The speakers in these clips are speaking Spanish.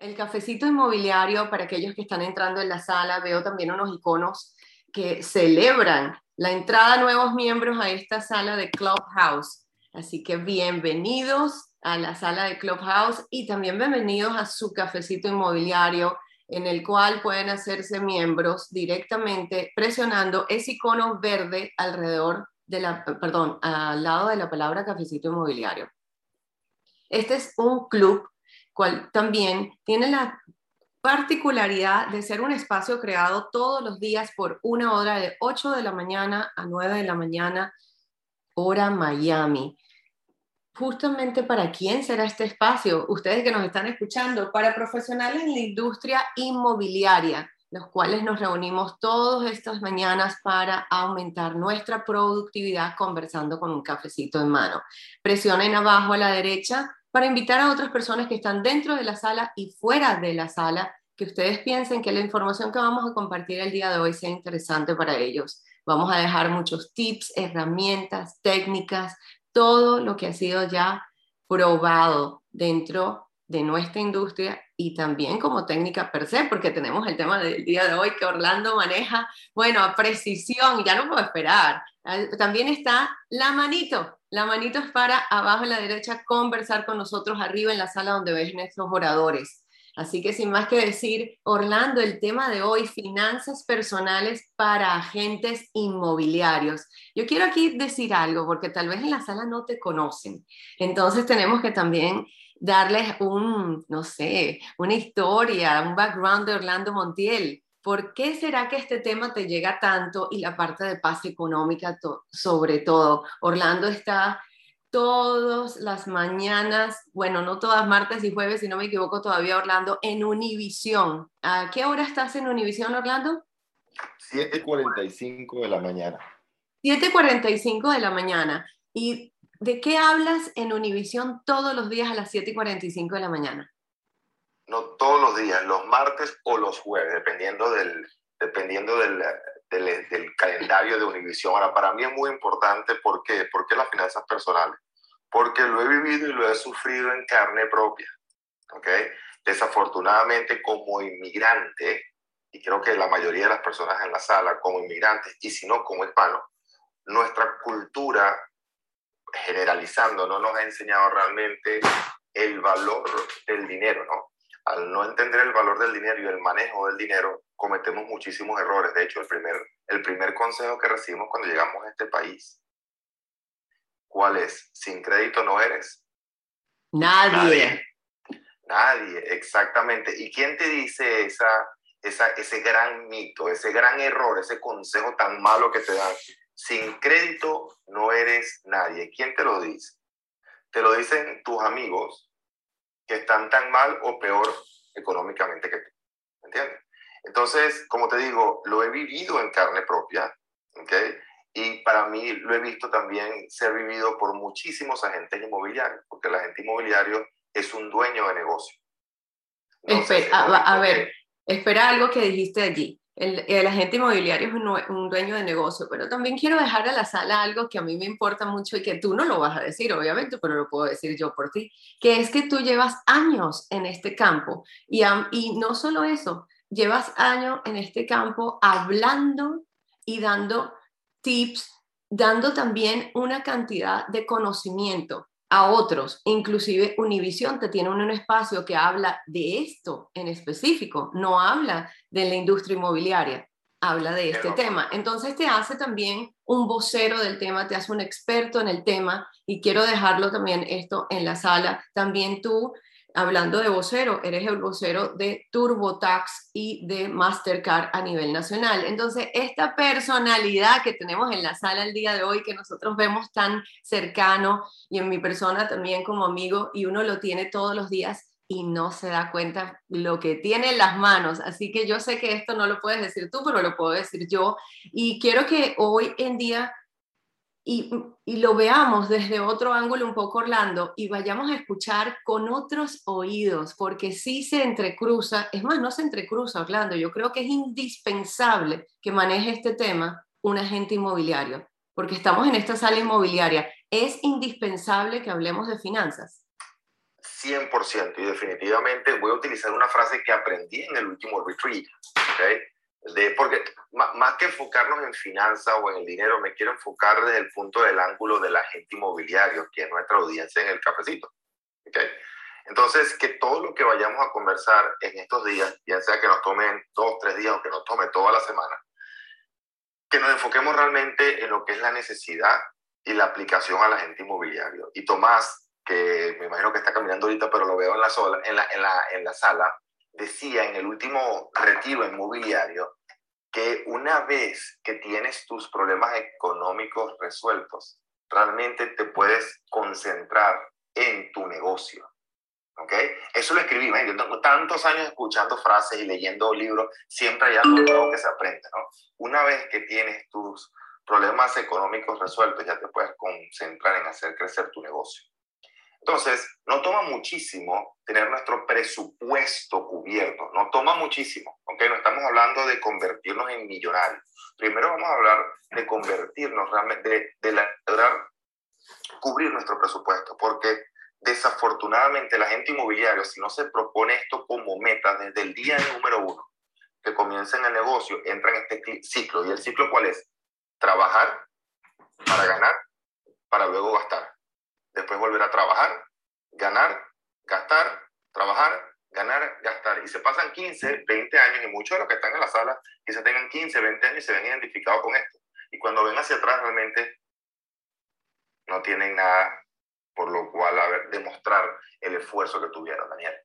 El cafecito inmobiliario, para aquellos que están entrando en la sala, veo también unos iconos que celebran la entrada de nuevos miembros a esta sala de Clubhouse. Así que bienvenidos a la sala de Clubhouse y también bienvenidos a su cafecito inmobiliario, en el cual pueden hacerse miembros directamente presionando ese icono verde alrededor de al lado de la palabra cafecito inmobiliario. Este es un club cual también tiene la particularidad de ser un espacio creado todos los días por una hora de 8 de la mañana a 9 de la mañana, hora Miami. Justamente para quién será este espacio, ustedes que nos están escuchando, para profesionales en la industria inmobiliaria, los cuales nos reunimos todas estas mañanas para aumentar nuestra productividad conversando con un cafecito en mano. Presionen abajo a la derecha para invitar a otras personas que están dentro de la sala y fuera de la sala, que ustedes piensen que la información que vamos a compartir el día de hoy sea interesante para ellos. Vamos a dejar muchos tips, herramientas, técnicas, todo lo que ha sido ya probado dentro de nuestra industria y también como técnica per se, porque tenemos el tema del día de hoy que Orlando maneja, bueno, a precisión, ya no puedo esperar. También está la manito es para abajo a la derecha conversar con nosotros arriba en la sala donde ves nuestros oradores. Así que sin más que decir, Orlando, el tema de hoy, finanzas personales para agentes inmobiliarios. Yo quiero aquí decir algo, porque tal vez en la sala no te conocen. Entonces tenemos que también darles no sé, una historia, un background de Orlando Montiel. ¿Por qué será que este tema te llega tanto y la parte de paz económica sobre todo? Orlando está todas las mañanas, bueno, no todas martes y jueves, si no me equivoco todavía, Orlando, en Univisión. ¿A qué hora estás en Univisión, Orlando? 7:45 de la mañana. 7:45 de la mañana. ¿Y de qué hablas en Univisión todos los días a las 7:45 de la mañana? No todos los días, los martes o los jueves, dependiendo del calendario de Univision. Ahora, para mí es muy importante, ¿por qué? ¿Por qué las finanzas personales? Porque lo he vivido y lo he sufrido en carne propia, ¿ok? Desafortunadamente, como inmigrante, y creo que la mayoría de las personas en la sala, como inmigrantes, y si no, como hispanos, nuestra cultura, generalizando, no nos ha enseñado realmente el valor del dinero, ¿no? Al no entender el valor del dinero y el manejo del dinero, cometemos muchísimos errores. De hecho, el primer consejo que recibimos cuando llegamos a este país, ¿cuál es? Sin crédito no eres Nadie. Nadie, exactamente. ¿Y quién te dice ese gran mito, ese gran error, ese consejo tan malo que te dan? Sin crédito no eres nadie. ¿Quién te lo dice? Te lo dicen tus amigos que están tan mal o peor económicamente que tú. ¿Entiendes? Entonces, como te digo, lo he vivido en carne propia, ¿ok? Y para mí lo he visto también ser vivido por muchísimos agentes inmobiliarios, porque el agente inmobiliario es un dueño de negocio. Entonces, a ver, espera algo que dijiste allí. El agente inmobiliario es un dueño de negocio, pero también quiero dejar a la sala algo que a mí me importa mucho y que tú no lo vas a decir, obviamente, pero lo puedo decir yo por ti, que es que tú llevas años en este campo y no solo eso, llevas años en este campo hablando y dando tips, dando también una cantidad de conocimiento a otros, inclusive Univision te tiene un espacio que habla de esto en específico, no habla de la industria inmobiliaria, habla de este tema. Entonces te hace también un vocero del tema, te hace un experto en el tema y quiero dejarlo también esto en la sala. También tú, hablando de vocero, eres el vocero de TurboTax y de Mastercard a nivel nacional. Entonces, esta personalidad que tenemos en la sala el día de hoy, que nosotros vemos tan cercano, y en mi persona también como amigo, y uno lo tiene todos los días y no se da cuenta lo que tiene en las manos. Así que yo sé que esto no lo puedes decir tú, pero lo puedo decir yo. Y quiero que hoy en día y lo veamos desde otro ángulo un poco, Orlando, y vayamos a escuchar con otros oídos, porque sí se entrecruza, es más, no se entrecruza, Orlando, yo creo que es indispensable que maneje este tema un agente inmobiliario, porque estamos en esta sala inmobiliaria. ¿Es indispensable que hablemos de finanzas? 100%, y definitivamente voy a utilizar una frase que aprendí en el último retreat, ¿okay? Porque más que enfocarnos en finanzas o en el dinero, me quiero enfocar desde el punto del ángulo del agente inmobiliario, que es nuestra audiencia en el cafecito, ¿okay? Entonces, que todo lo que vayamos a conversar en estos días, ya sea que nos tomen 2, 3 días o que nos tome toda la semana, que nos enfoquemos realmente en lo que es la necesidad y la aplicación al agente inmobiliario. Y Tomás, que me imagino que está caminando ahorita, pero lo veo en la sala, decía en el último retiro inmobiliario que una vez que tienes tus problemas económicos resueltos, realmente te puedes concentrar en tu negocio. ¿Okay? Eso lo escribí, ¿eh? Yo tengo tantos años escuchando frases y leyendo libros, siempre hay algo nuevo que se aprende, ¿no? Una vez que tienes tus problemas económicos resueltos, ya te puedes concentrar en hacer crecer tu negocio. Entonces, no toma muchísimo tener nuestro presupuesto cubierto, no toma muchísimo, ¿ok? No estamos hablando de convertirnos en millonarios. Primero vamos a hablar de convertirnos realmente, de lograr cubrir nuestro presupuesto, porque desafortunadamente el agente inmobiliario, si no se propone esto como meta desde el día número 1 que comienza en el negocio, entra en este ciclo. ¿Y el ciclo cuál es? Trabajar para ganar, para luego gastar. Después volver a trabajar, ganar, gastar, trabajar, ganar, gastar. Y se pasan 15, 20 años, y muchos de los que están en la sala quizás tengan 15, 20 años y se ven identificados con esto. Y cuando ven hacia atrás realmente no tienen nada por lo cual demostrar el esfuerzo que tuvieron, Daniel.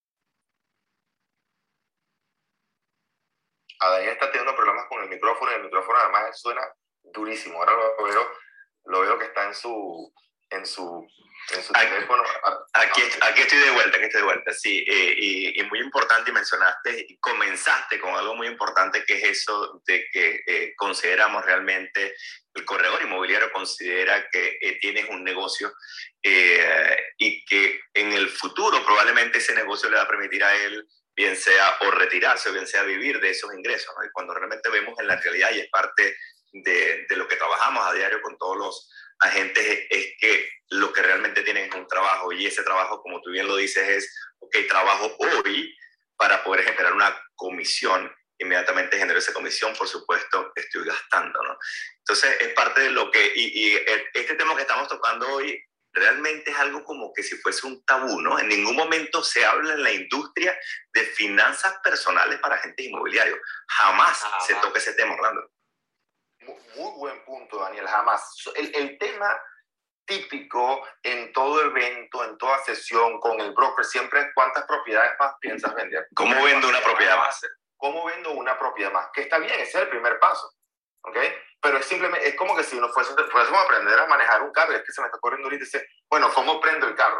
A Daniel está teniendo problemas con el micrófono, y el micrófono además suena durísimo. Ahora lo veo que está en su teléfono. Aquí estoy de vuelta, sí. Y muy importante, y mencionaste, y comenzaste con algo muy importante, que es eso de que consideramos realmente, el corredor inmobiliario considera que tienes un negocio y que en el futuro probablemente ese negocio le va a permitir a él, bien sea o retirarse o bien sea vivir de esos ingresos, ¿no? Y cuando realmente vemos en la realidad, y es parte de lo que trabajamos a diario con todos los agentes, es que lo que realmente tienen es un trabajo, y ese trabajo, como tú bien lo dices, es, ok, trabajo hoy para poder generar una comisión, inmediatamente genero esa comisión, por supuesto, estoy gastando, ¿no? Entonces, es parte de lo que, y este tema que estamos tocando hoy, realmente es algo como que si fuese un tabú, ¿no? En ningún momento se habla en la industria de finanzas personales para agentes inmobiliarios. Jamás se toca ese tema, Orlando. Muy buen punto, Daniel, jamás. El tema típico en todo evento, en toda sesión con el broker, siempre es: ¿cuántas propiedades más piensas vender? ¿Cómo vendo una propiedad más? ¿Cómo vendo una propiedad más? Que está bien, ese es el primer paso, ¿ok? Pero es simplemente, es como que si uno fuésemos a aprender a manejar un carro, y es que se me está corriendo ahorita y dice, bueno, ¿cómo prendo el carro?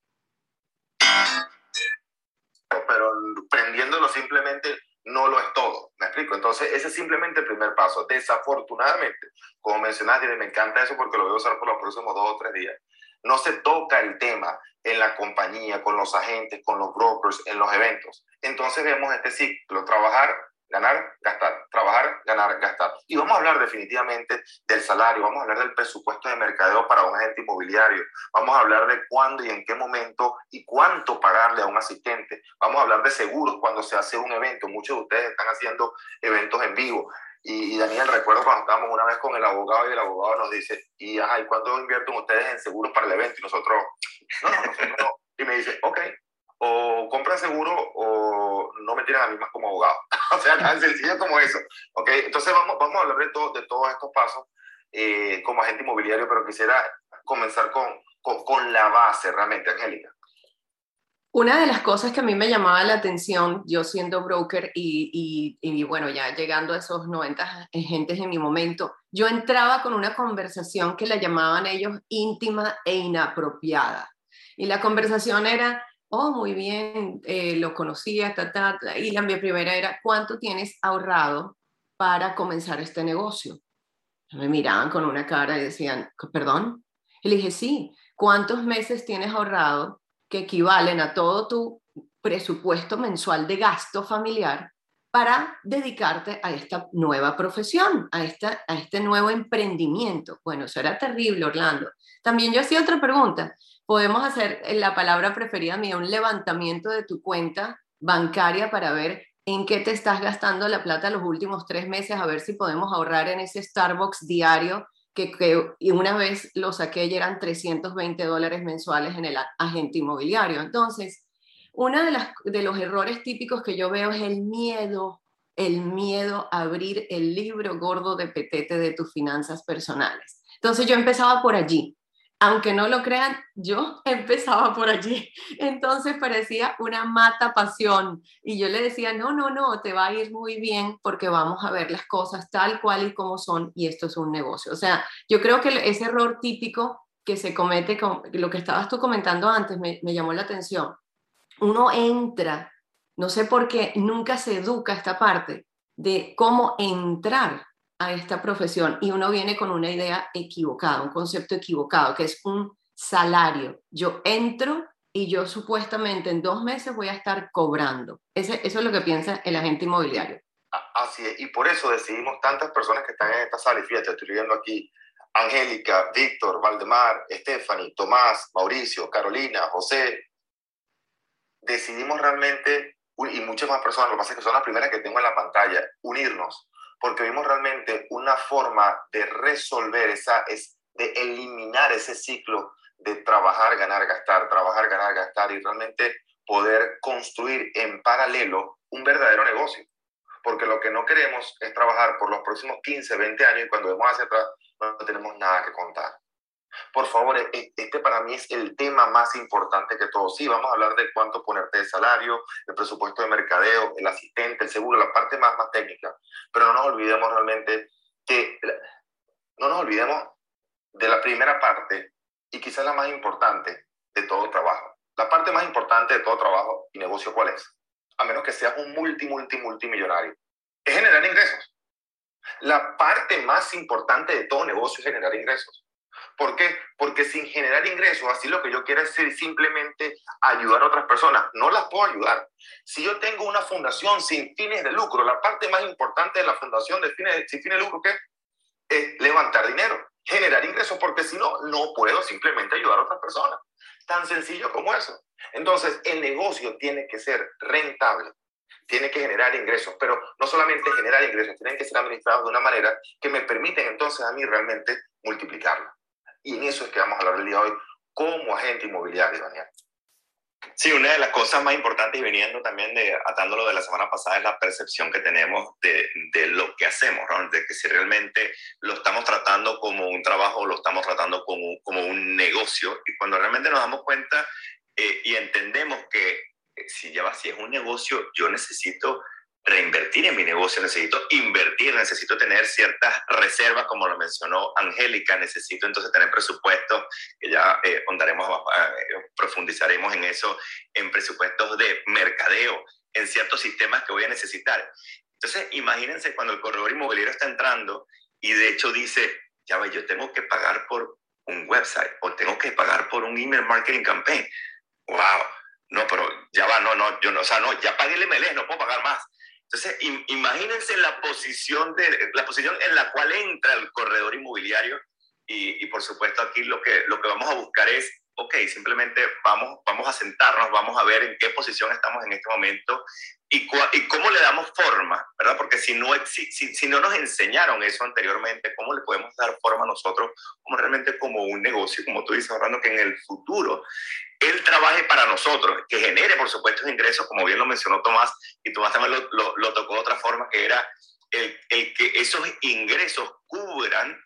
Pero prendiéndolo simplemente no lo es todo, ¿me explico? Entonces, ese es simplemente el primer paso. Desafortunadamente, como mencionaste, y me encanta eso porque lo voy a usar por los próximos 2 o 3 días, no se toca el tema en la compañía, con los agentes, con los brokers, en los eventos. Entonces vemos este ciclo: trabajar, ganar, gastar, trabajar, ganar, gastar. Y vamos a hablar definitivamente del salario, vamos a hablar del presupuesto de mercadeo para un agente inmobiliario, vamos a hablar de cuándo y en qué momento y cuánto pagarle a un asistente, vamos a hablar de seguros cuando se hace un evento. Muchos de ustedes están haciendo eventos en vivo. Y Daniel, recuerdo cuando estábamos una vez con el abogado, y el abogado nos dice, ¿y cuánto invierten ustedes en seguros para el evento? Y nosotros, nosotros no. Y me dice, ok, o compran seguro o no me tiran a mí más como abogado. O sea, tan sencillo como eso. ¿Okay? Entonces vamos a hablar de todos estos pasos como agente inmobiliario, pero quisiera comenzar con la base realmente, Angélica. Una de las cosas que a mí me llamaba la atención, yo siendo broker y bueno, ya llegando a esos 90 agentes en mi momento, yo entraba con una conversación que la llamaban ellos íntima e inapropiada. Y la conversación era, oh, muy bien, lo conocía, y la mi primera era, ¿cuánto tienes ahorrado para comenzar este negocio? Me miraban con una cara y decían, ¿perdón? Y le dije, sí, ¿cuántos meses tienes ahorrado que equivalen a todo tu presupuesto mensual de gasto familiar para dedicarte a esta nueva profesión, a este nuevo emprendimiento? Bueno, eso era terrible, Orlando. También yo hacía otra pregunta. podemos hacer la palabra preferida mía, un levantamiento de tu cuenta bancaria para ver en qué te estás gastando la plata los últimos 3 meses, a ver si podemos ahorrar en ese Starbucks diario y una vez lo saqué y eran $320 mensuales en el agente inmobiliario. Entonces, uno de los errores típicos que yo veo es el miedo a abrir el libro gordo de petete de tus finanzas personales. Entonces yo empezaba por allí. Aunque no lo crean, yo empezaba por allí. Entonces parecía una mata pasión. Y yo le decía, no, no, no, te va a ir muy bien porque vamos a ver las cosas tal cual y como son y esto es un negocio. O sea, yo creo que ese error típico que se comete, con lo que estabas tú comentando antes, me llamó la atención. Uno entra, no sé por qué, nunca se educa esta parte de cómo entrar a esta profesión y uno viene con una idea equivocada, un concepto equivocado, que es un salario. Yo entro y yo supuestamente en 2 meses voy a estar cobrando. Eso es lo que piensa el agente inmobiliario. Así es, y por eso decidimos tantas personas que están en esta sala, y fíjate, estoy viendo aquí Angélica, Víctor, Valdemar, Stephanie, Tomás, Mauricio, Carolina, José. Decidimos realmente, y muchas más personas, lo que pasa es que son las primeras que tengo en la pantalla, unirnos, porque vimos realmente una forma de resolver de eliminar ese ciclo de trabajar, ganar, gastar, y realmente poder construir en paralelo un verdadero negocio. Porque lo que no queremos es trabajar por los próximos 15, 20 años y cuando vemos hacia atrás no tenemos nada que contar. Por favor, este para mí es el tema más importante que todo. Sí, vamos a hablar de cuánto ponerte de salario, el presupuesto de mercadeo, el asistente, el seguro, la parte más técnica. Pero no nos olvidemos realmente no nos olvidemos de la primera parte y quizás la más importante de todo trabajo. La parte más importante de todo trabajo y negocio, ¿cuál es? A menos que seas un multimillonario. Es generar ingresos. La parte más importante de todo negocio es generar ingresos. ¿Por qué? Porque sin generar ingresos, así lo que yo quiero es simplemente ayudar a otras personas. No las puedo ayudar. Si yo tengo una fundación sin fines de lucro, la parte más importante de la fundación sin fines de lucro, ¿qué? Es levantar dinero, generar ingresos, porque si no, no puedo simplemente ayudar a otras personas. Tan sencillo como eso. Entonces, el negocio tiene que ser rentable, tiene que generar ingresos, pero no solamente generar ingresos, tienen que ser administrados de una manera que me permiten entonces a mí realmente multiplicarlo. Y en eso es que vamos a hablar el día de hoy como agente inmobiliario, Daniel. Sí, una de las cosas más importantes, y viniendo también atándolo de la semana pasada, es la percepción que tenemos de lo que hacemos, ¿no? De que si realmente lo estamos tratando como un trabajo o lo estamos tratando como un negocio. Y cuando realmente nos damos cuenta y entendemos que si es un negocio, yo necesito reinvertir en mi negocio, necesito invertir, necesito tener ciertas reservas, como lo mencionó Angélica, necesito entonces tener presupuestos, que ya profundizaremos en eso, en presupuestos de mercadeo, en ciertos sistemas que voy a necesitar. Entonces, imagínense cuando el corredor inmobiliario está entrando y de hecho dice, ya va, yo tengo que pagar por un website o tengo que pagar por un email marketing campaign. ¡Wow! No, pero ya va, ya pagué el MLS, no puedo pagar más. Entonces, imagínense la posición en la cual entra el corredor inmobiliario y por supuesto aquí lo que vamos a buscar es, ok, simplemente vamos a sentarnos, vamos a ver en qué posición estamos en este momento y cómo le damos forma, ¿verdad? Porque si no nos enseñaron eso anteriormente, ¿cómo le podemos dar forma a nosotros realmente como un negocio, como tú dices, Orlando, que en el futuro él trabaje para nosotros, que genere, por supuesto, ingresos, como bien lo mencionó Tomás, y Tomás también lo tocó de otra forma, que era el que esos ingresos cubran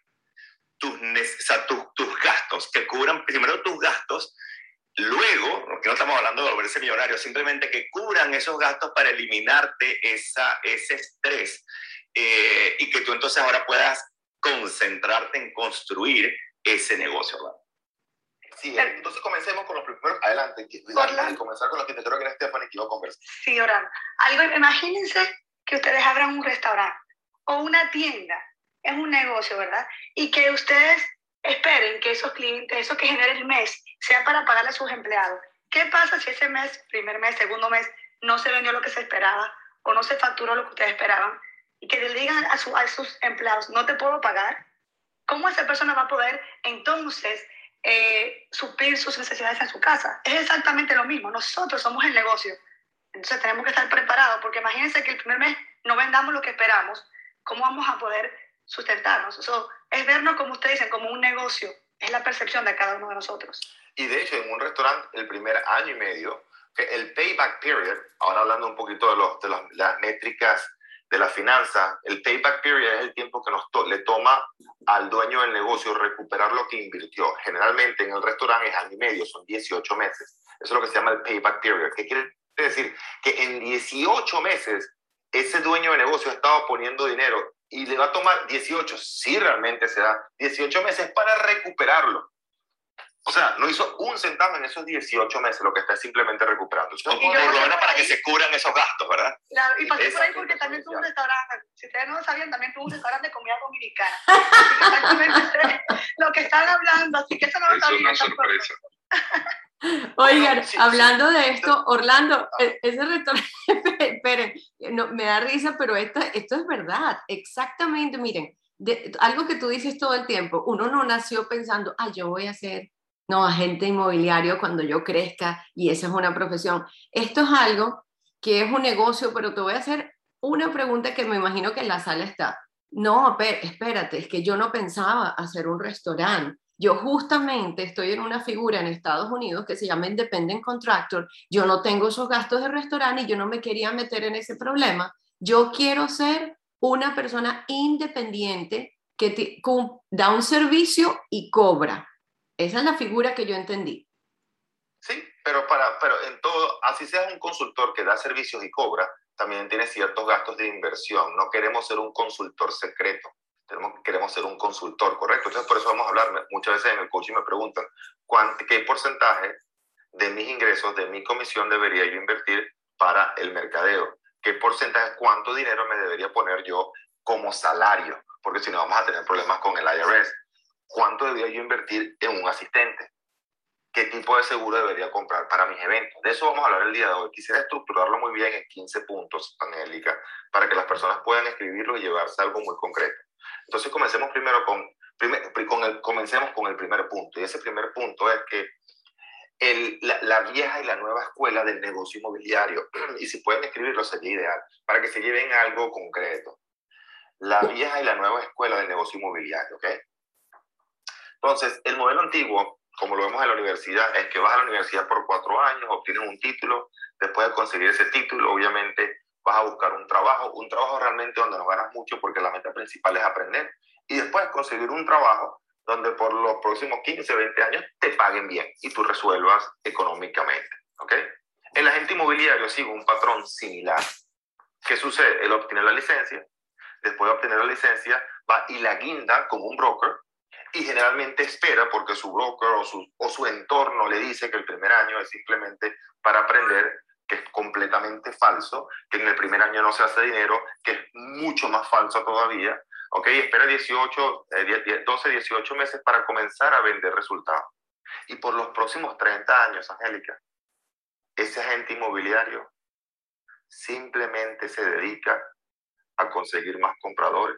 tus gastos, que cubran primero tus gastos, luego, porque no estamos hablando de volverse millonario, simplemente que cubran esos gastos para eliminarte ese estrés y que tú entonces ahora puedas concentrarte en construir ese negocio, ¿verdad? Sí, entonces comencemos con los primeros. Adelante, antes de comenzar con lo que te creo que era Stephanie que iba a conversar. Sí, Orlando. Imagínense que ustedes abran un restaurante o una tienda, es un negocio, ¿verdad? Y que ustedes esperen que esos clientes, eso que genere el mes, sea para pagarle a sus empleados. ¿Qué pasa si ese mes, primer mes, segundo mes, no se vendió lo que se esperaba o no se facturó lo que ustedes esperaban? Y que le digan a sus empleados, no te puedo pagar. ¿Cómo esa persona va a poder entonces suplir sus necesidades en su casa. Es exactamente lo mismo. Nosotros somos el negocio. Entonces tenemos que estar preparados, porque imagínense que el primer mes no vendamos lo que esperamos. ¿Cómo vamos a poder sustentarnos? Eso es vernos, como ustedes dicen, como un negocio. Es la percepción de cada uno de nosotros. Y de hecho, en un restaurante, el primer año y medio, que el payback period, ahora hablando un poquito de las métricas de la finanza, el payback period es el tiempo que le toma al dueño del negocio recuperar lo que invirtió. Generalmente en el restaurante es año y medio, son 18 meses. Eso es lo que se llama el payback period. ¿Qué quiere decir? Que en 18 meses ese dueño de negocio ha estado poniendo dinero y le va a tomar 18, si realmente se da, 18 meses para recuperarlo. O sea, no hizo un centavo en esos 18 meses, lo que está simplemente recuperando. Por lo menos para que se cubran esos gastos, ¿verdad? Claro, y pasé por ahí porque también tuve un restaurante. Si ustedes no lo sabían, también tuve un restaurante de comida dominicana. Exactamente sé lo que están hablando, así que eso no lo sabían. Es una sorpresa. Oigan, hablando de esto, Orlando, ese restaurante, esperen, no, me da risa, pero esto es verdad, exactamente, miren, algo que tú dices todo el tiempo, uno no nació pensando, yo voy a ser agente inmobiliario cuando yo crezca y esa es una profesión. Esto es algo que es un negocio, pero te voy a hacer una pregunta que me imagino que en la sala está. No, espérate, es que yo no pensaba hacer un restaurante. Yo justamente estoy en una figura en Estados Unidos que se llama Independent Contractor. Yo no tengo esos gastos de restaurante y yo no me quería meter en ese problema. Yo quiero ser una persona independiente que da un servicio y cobra. Esa es la figura que yo entendí. Sí, pero en todo, así seas un consultor que da servicios y cobra, también tiene ciertos gastos de inversión. No queremos ser un consultor secreto. Queremos ser un consultor, ¿correcto? Entonces, por eso vamos a hablar. Muchas veces en el coaching me preguntan qué porcentaje de mis ingresos, de mi comisión, debería yo invertir para el mercadeo. ¿Qué porcentaje, cuánto dinero me debería poner yo como salario? Porque si no, vamos a tener problemas con el IRS. ¿Cuánto debería yo invertir en un asistente? ¿Qué tipo de seguro debería comprar para mis eventos? De eso vamos a hablar el día de hoy. Quisiera estructurarlo muy bien en 15 puntos, Angélica, para que las personas puedan escribirlo y llevarse a algo muy concreto. Entonces, comencemos con el primer punto. Y ese primer punto es que la vieja y la nueva escuela del negocio inmobiliario, y si pueden escribirlo sería ideal, para que se lleven a algo concreto. La vieja y la nueva escuela del negocio inmobiliario, ¿ok? Entonces, el modelo antiguo, como lo vemos en la universidad, es que vas a la universidad por 4 años, obtienes un título, después de conseguir ese título, obviamente vas a buscar un trabajo realmente donde no ganas mucho porque la meta principal es aprender, y después conseguir un trabajo donde por los próximos 15, 20 años te paguen bien y tú resuelvas económicamente, ¿ok? El agente inmobiliario sigue un patrón similar. ¿Qué sucede? Él obtiene la licencia, después de obtener la licencia va y la guinda como un broker, y generalmente espera porque su broker o su entorno le dice que el primer año es simplemente para aprender, que es completamente falso, que en el primer año no se hace dinero, que es mucho más falso todavía, ¿ok? Espera 12, 18 meses para comenzar a vender resultados. Y por los próximos 30 años, Angélica, ese agente inmobiliario simplemente se dedica a conseguir más compradores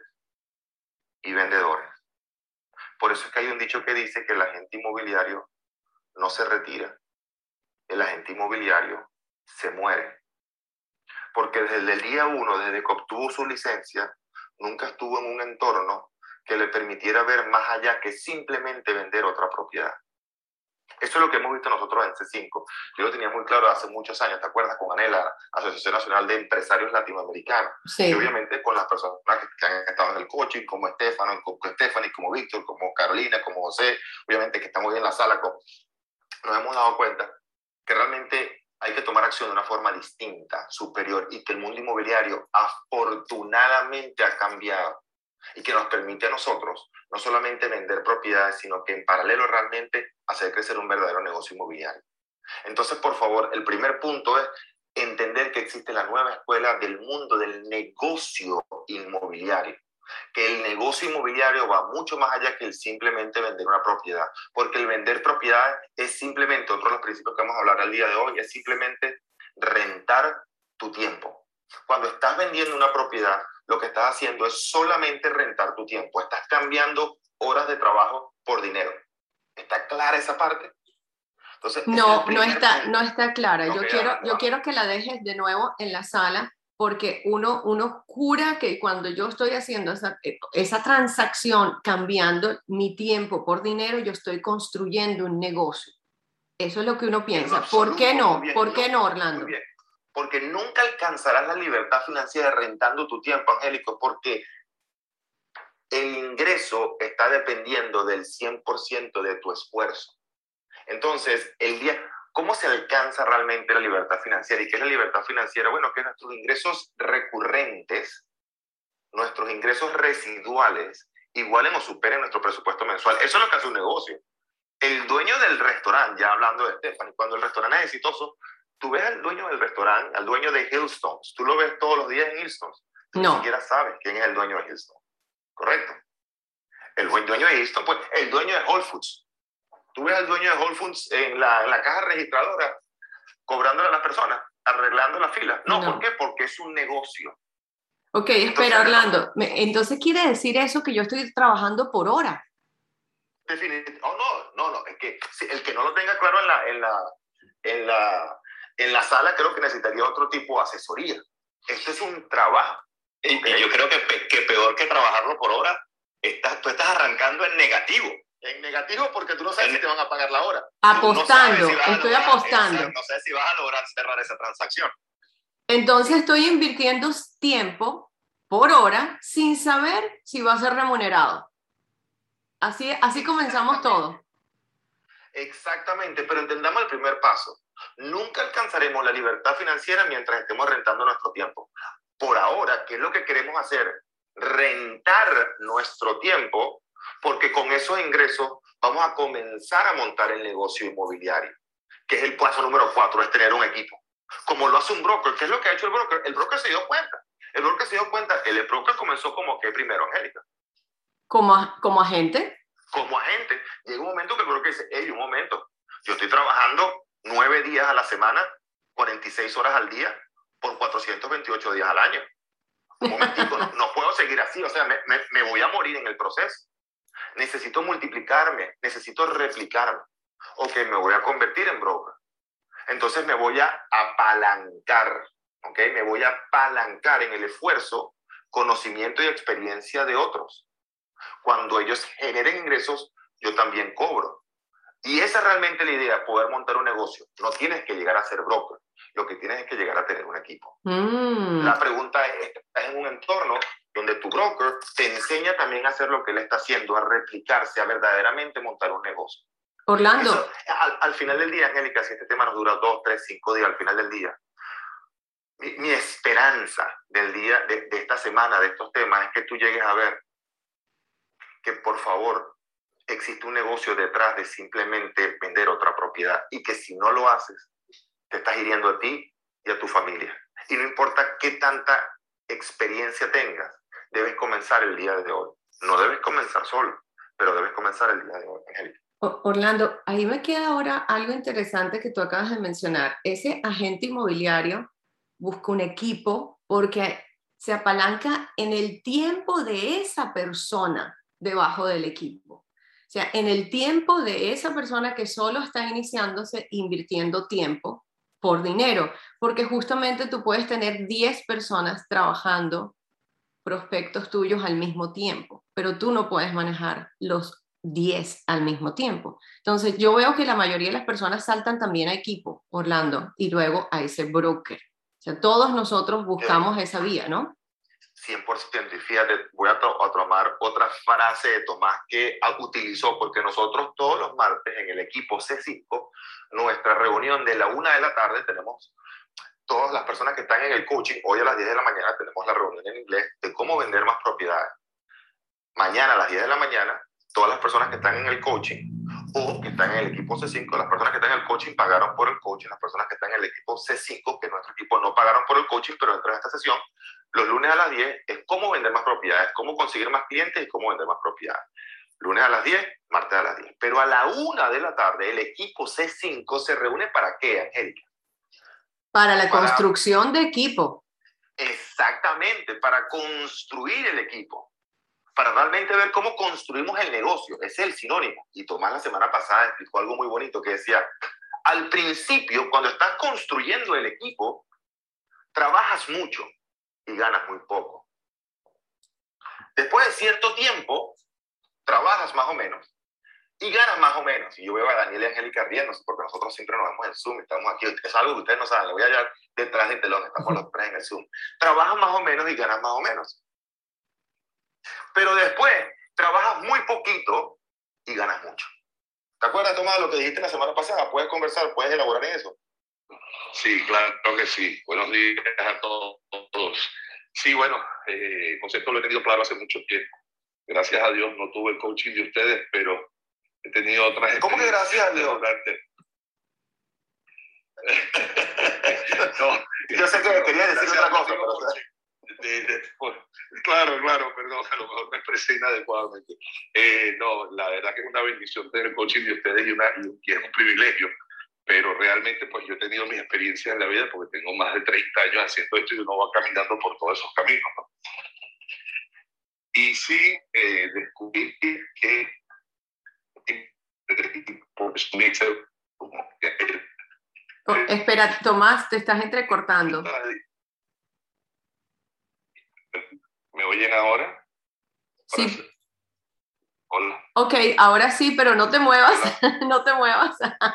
y vendedores. Por eso es que hay un dicho que dice que el agente inmobiliario no se retira, el agente inmobiliario se muere. Porque desde el día 1, desde que obtuvo su licencia, nunca estuvo en un entorno que le permitiera ver más allá que simplemente vender otra propiedad. Eso es lo que hemos visto nosotros en C5. Yo lo tenía muy claro hace muchos años, ¿te acuerdas? Con ANELA, Asociación Nacional de Empresarios Latinoamericanos. Sí. Y obviamente con las personas que han estado en el coaching, como Stephanie, como Víctor, como Carolina, como José, obviamente que estamos hoy en la sala, nos hemos dado cuenta que realmente hay que tomar acción de una forma distinta, superior, y que el mundo inmobiliario afortunadamente ha cambiado y que nos permite a nosotros no solamente vender propiedades, sino que en paralelo realmente hacer crecer un verdadero negocio inmobiliario. Entonces, por favor, el primer punto es entender que existe la nueva escuela del mundo del negocio inmobiliario, que el negocio inmobiliario va mucho más allá que el simplemente vender una propiedad, porque el vender propiedades es simplemente, otro de los principios que vamos a hablar el día de hoy, es simplemente rentar tu tiempo. Cuando estás vendiendo una propiedad, lo que estás haciendo es solamente rentar tu tiempo. Estás cambiando horas de trabajo por dinero. ¿Está clara esa parte? Entonces, no está clara. Okay, Yo quiero que la dejes de nuevo en la sala, porque uno jura que cuando yo estoy haciendo esa transacción, cambiando mi tiempo por dinero, yo estoy construyendo un negocio. Eso es lo que uno piensa. ¿Por qué no? ¿Por qué no, Orlando? Muy bien. Porque nunca alcanzarás la libertad financiera rentando tu tiempo, Angélico, porque el ingreso está dependiendo del 100% de tu esfuerzo. Entonces, ¿cómo se alcanza realmente la libertad financiera? ¿Y qué es la libertad financiera? Bueno, que nuestros ingresos recurrentes, nuestros ingresos residuales, igualen o superen nuestro presupuesto mensual. Eso es lo que hace un negocio. El dueño del restaurante, ya hablando de Stephanie, cuando el restaurante es exitoso, tú ves al dueño del restaurante, al dueño de Hillstones, tú lo ves todos los días en Hillstones, tú ni siquiera sabes quién es el dueño de Hillstones, ¿correcto? El dueño de Hillstones, pues el dueño de Whole Foods. Tú ves al dueño de Whole Foods en la caja registradora, cobrándole a las personas, arreglando la fila. No, ¿por qué? Porque es un negocio. Ok, espera, Orlando. Entonces quiere decir eso que yo estoy trabajando por hora. No, es que el que no lo tenga claro en la sala, creo que necesitaría otro tipo de asesoría. Esto es un trabajo. ¿Okay? Y yo creo que peor que trabajarlo por hora, tú estás arrancando en negativo. En negativo porque tú no sabes si te van a pagar la hora. Apostando, estoy apostando. No sé si vas a lograr cerrar esa transacción. Entonces estoy invirtiendo tiempo por hora sin saber si va a ser remunerado. Así comenzamos todo. Exactamente, pero entendamos el primer paso. Nunca alcanzaremos la libertad financiera mientras estemos rentando nuestro tiempo. Por ahora, ¿qué es lo que queremos hacer? Rentar nuestro tiempo, porque con esos ingresos vamos a comenzar a montar el negocio inmobiliario, que es el paso número 4, es tener un equipo. Como lo hace un broker. ¿Qué es lo que ha hecho el broker? El broker se dio cuenta. El broker comenzó como que primero, Angélica. ¿Como agente? Como agente. Llega un momento que el broker dice, hey, un momento, yo estoy trabajando 9 días a la semana, 46 horas al día, por 428 días al año. Un momentico, no puedo seguir así, o sea, me voy a morir en el proceso. Necesito multiplicarme, necesito replicarme. Ok, me voy a convertir en broker. Entonces me voy a apalancar, ¿ok? Me voy a apalancar en el esfuerzo, conocimiento y experiencia de otros. Cuando ellos generen ingresos, yo también cobro. Y esa es realmente la idea, poder montar un negocio. No tienes que llegar a ser broker, lo que tienes es que llegar a tener un equipo. La pregunta es, ¿estás en un entorno donde tu broker te enseña también a hacer lo que él está haciendo, a replicarse, a verdaderamente montar un negocio? Orlando. Eso, al final del día, Angélica, si este tema nos dura 2, 3, 5 días, al final del día, mi esperanza del día, de esta semana, de estos temas, es que tú llegues a ver que, por favor, existe un negocio detrás de simplemente vender otra propiedad y que si no lo haces, te estás hiriendo a ti y a tu familia. Y no importa qué tanta experiencia tengas, debes comenzar el día de hoy. No debes comenzar solo, pero debes comenzar el día de hoy, Angélica. Orlando, ahí me queda ahora algo interesante que tú acabas de mencionar. Ese agente inmobiliario busca un equipo porque se apalanca en el tiempo de esa persona debajo del equipo. O sea, en el tiempo de esa persona que solo está iniciándose, invirtiendo tiempo por dinero, porque justamente tú puedes tener 10 personas trabajando prospectos tuyos al mismo tiempo, pero tú no puedes manejar los 10 al mismo tiempo. Entonces, yo veo que la mayoría de las personas saltan también a equipo, Orlando, y luego a ese broker. O sea, todos nosotros buscamos esa vía, ¿no? 100%. Y fíjate, voy a tomar otra frase de Tomás que utilizó, porque nosotros todos los martes en el equipo C5, nuestra reunión de la 1 de la tarde, tenemos todas las personas que están en el coaching. Hoy a las 10 de la mañana tenemos la reunión en inglés de cómo vender más propiedades. Mañana a las 10 de la mañana, todas las personas que están en el coaching o que están en el equipo C5, las personas que están en el coaching pagaron por el coaching, las personas que están en el equipo C5, que nuestro equipo no pagaron por el coaching, pero dentro de esta sesión, los lunes a las 10 es cómo vender más propiedades, cómo conseguir más clientes y cómo vender más propiedades. Lunes a las 10, martes a las 10. Pero a la 1 de la tarde, el equipo C5 se reúne ¿para qué, Angélica? Para la construcción de equipo. Exactamente, para construir el equipo. para realmente ver cómo construimos el negocio. Ese es el sinónimo. Y Tomás la semana pasada explicó algo muy bonito que decía, al principio, cuando estás construyendo el equipo, trabajas mucho y ganas muy poco. Después de cierto tiempo, trabajas más o menos y ganas más o menos. Y yo veo a Daniel y Angélica riéndose porque nosotros siempre nos vemos en Zoom y estamos aquí. Es algo que ustedes no saben, lo voy a hallar detrás del telón, estamos los tres en el Zoom. Trabajas más o menos y ganas más o menos. Pero después trabajas muy poquito y ganas mucho. ¿Te acuerdas, Tomás, de lo que dijiste la semana pasada? ¿Puedes conversar? ¿Puedes elaborar en eso? Sí, claro que sí. Buenos días a todos. Sí, bueno, el concepto lo he tenido claro hace mucho tiempo. Gracias a Dios no tuve el coaching de ustedes, pero he tenido otras experiencias. ¿Cómo que gracias a Dios? No, yo sé que quería decir otra cosa, pero... Pues, claro, perdón, a lo mejor me expresé inadecuadamente. No, la verdad que es una bendición tener el coaching de ustedes y es un privilegio, pero realmente pues yo he tenido mis experiencias en la vida porque tengo más de 30 años haciendo esto y uno va caminando por todos esos caminos, ¿no? Y sí, descubrí que espera, Tomás, te estás entrecortando. ¿Me oyen ahora? Sí. Hola. Ok, ahora sí, pero no te muevas. No te muevas.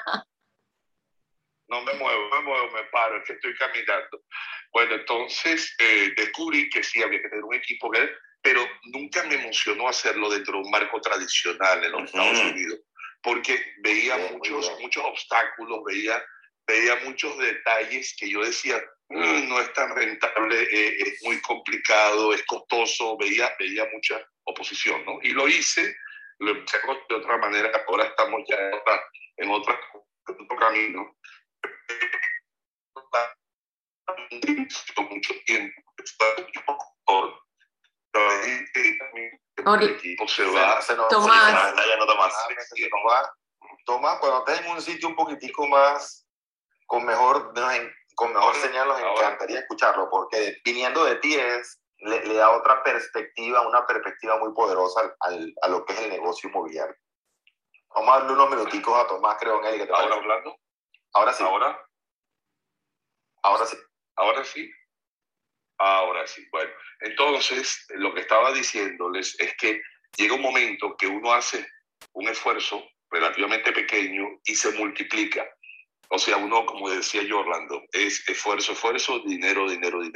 No me muevo, me paro, es que estoy caminando. Bueno, entonces descubrí que sí, había que tener un equipo, pero nunca me emocionó hacerlo dentro de un marco tradicional en los Estados Unidos, porque veía muchos obstáculos, veía muchos detalles que yo decía, no es tan rentable, es muy complicado, es costoso, veía mucha oposición, ¿no? Y lo hice, lo empecé de otra manera, ahora estamos ya en otro camino. Mucho tiempo, el equipo se va. Tomás. Tomás, cuando estés en un sitio un poquitico más con mejor señal, nos encantaría escucharlo, porque viniendo de ti le da otra perspectiva, una perspectiva muy poderosa a lo que es el negocio inmobiliario. Vamos a darle unos minuticos a Tomás, creo, en él. ¿Ahora hablando? Ahora sí. Ahora sí. Ahora sí. Bueno, entonces lo que estaba diciéndoles es que llega un momento que uno hace un esfuerzo relativamente pequeño y se multiplica. O sea, uno, como decía yo, Orlando, es esfuerzo, dinero.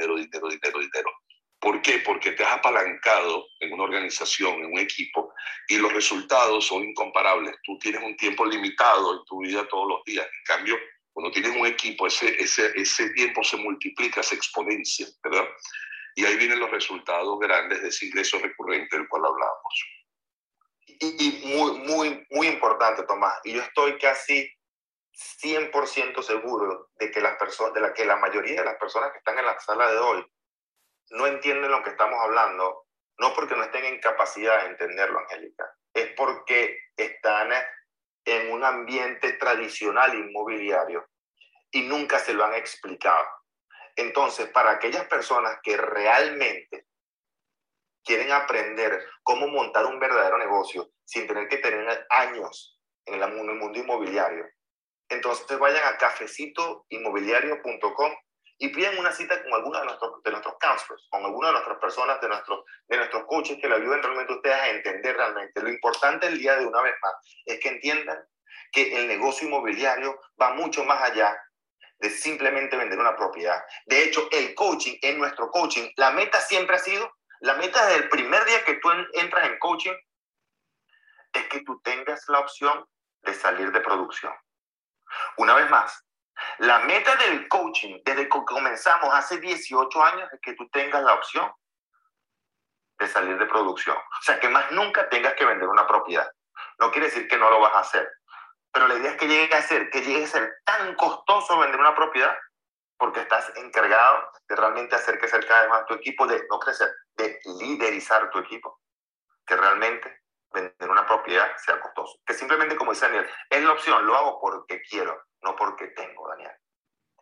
¿Por qué? Porque te has apalancado en una organización, en un equipo, y los resultados son incomparables. Tú tienes un tiempo limitado en tu vida todos los días. En cambio, cuando tienes un equipo, ese tiempo se multiplica, se exponencia, ¿verdad? Y ahí vienen los resultados grandes de ese ingreso recurrente del cual hablábamos. Y muy importante, Tomás. Y yo estoy casi 100% seguro de que la mayoría de las personas que están en la sala de hoy no entienden lo que estamos hablando, no porque no estén en capacidad de entenderlo, Angélica, es porque están en un ambiente tradicional inmobiliario y nunca se lo han explicado. Entonces, para aquellas personas que realmente quieren aprender cómo montar un verdadero negocio sin tener que tener años en el mundo inmobiliario, entonces vayan a cafecitoinmobiliario.com y piden una cita con alguno de nuestros counselors, con alguna de nuestras personas, de nuestros coaches que le ayuden realmente a ustedes a entender realmente. Lo importante el día de una vez más es que entiendan que el negocio inmobiliario va mucho más allá de simplemente vender una propiedad. De hecho, el coaching, en nuestro coaching, la meta siempre ha sido, la meta desde el primer día que tú entras en coaching, es que tú tengas la opción de salir de producción. Una vez más, la meta del coaching, desde que comenzamos hace 18 años, es que tú tengas la opción de salir de producción. O sea, que más nunca tengas que vender una propiedad. No quiere decir que no lo vas a hacer, pero la idea es que llegue a ser tan costoso vender una propiedad porque estás encargado de realmente hacer crecer cada vez más tu equipo, de no crecer, de liderizar tu equipo, que realmente vender una propiedad sea costoso. Que simplemente, como dice Daniel, es la opción, lo hago porque quiero, no porque tengo, Daniel.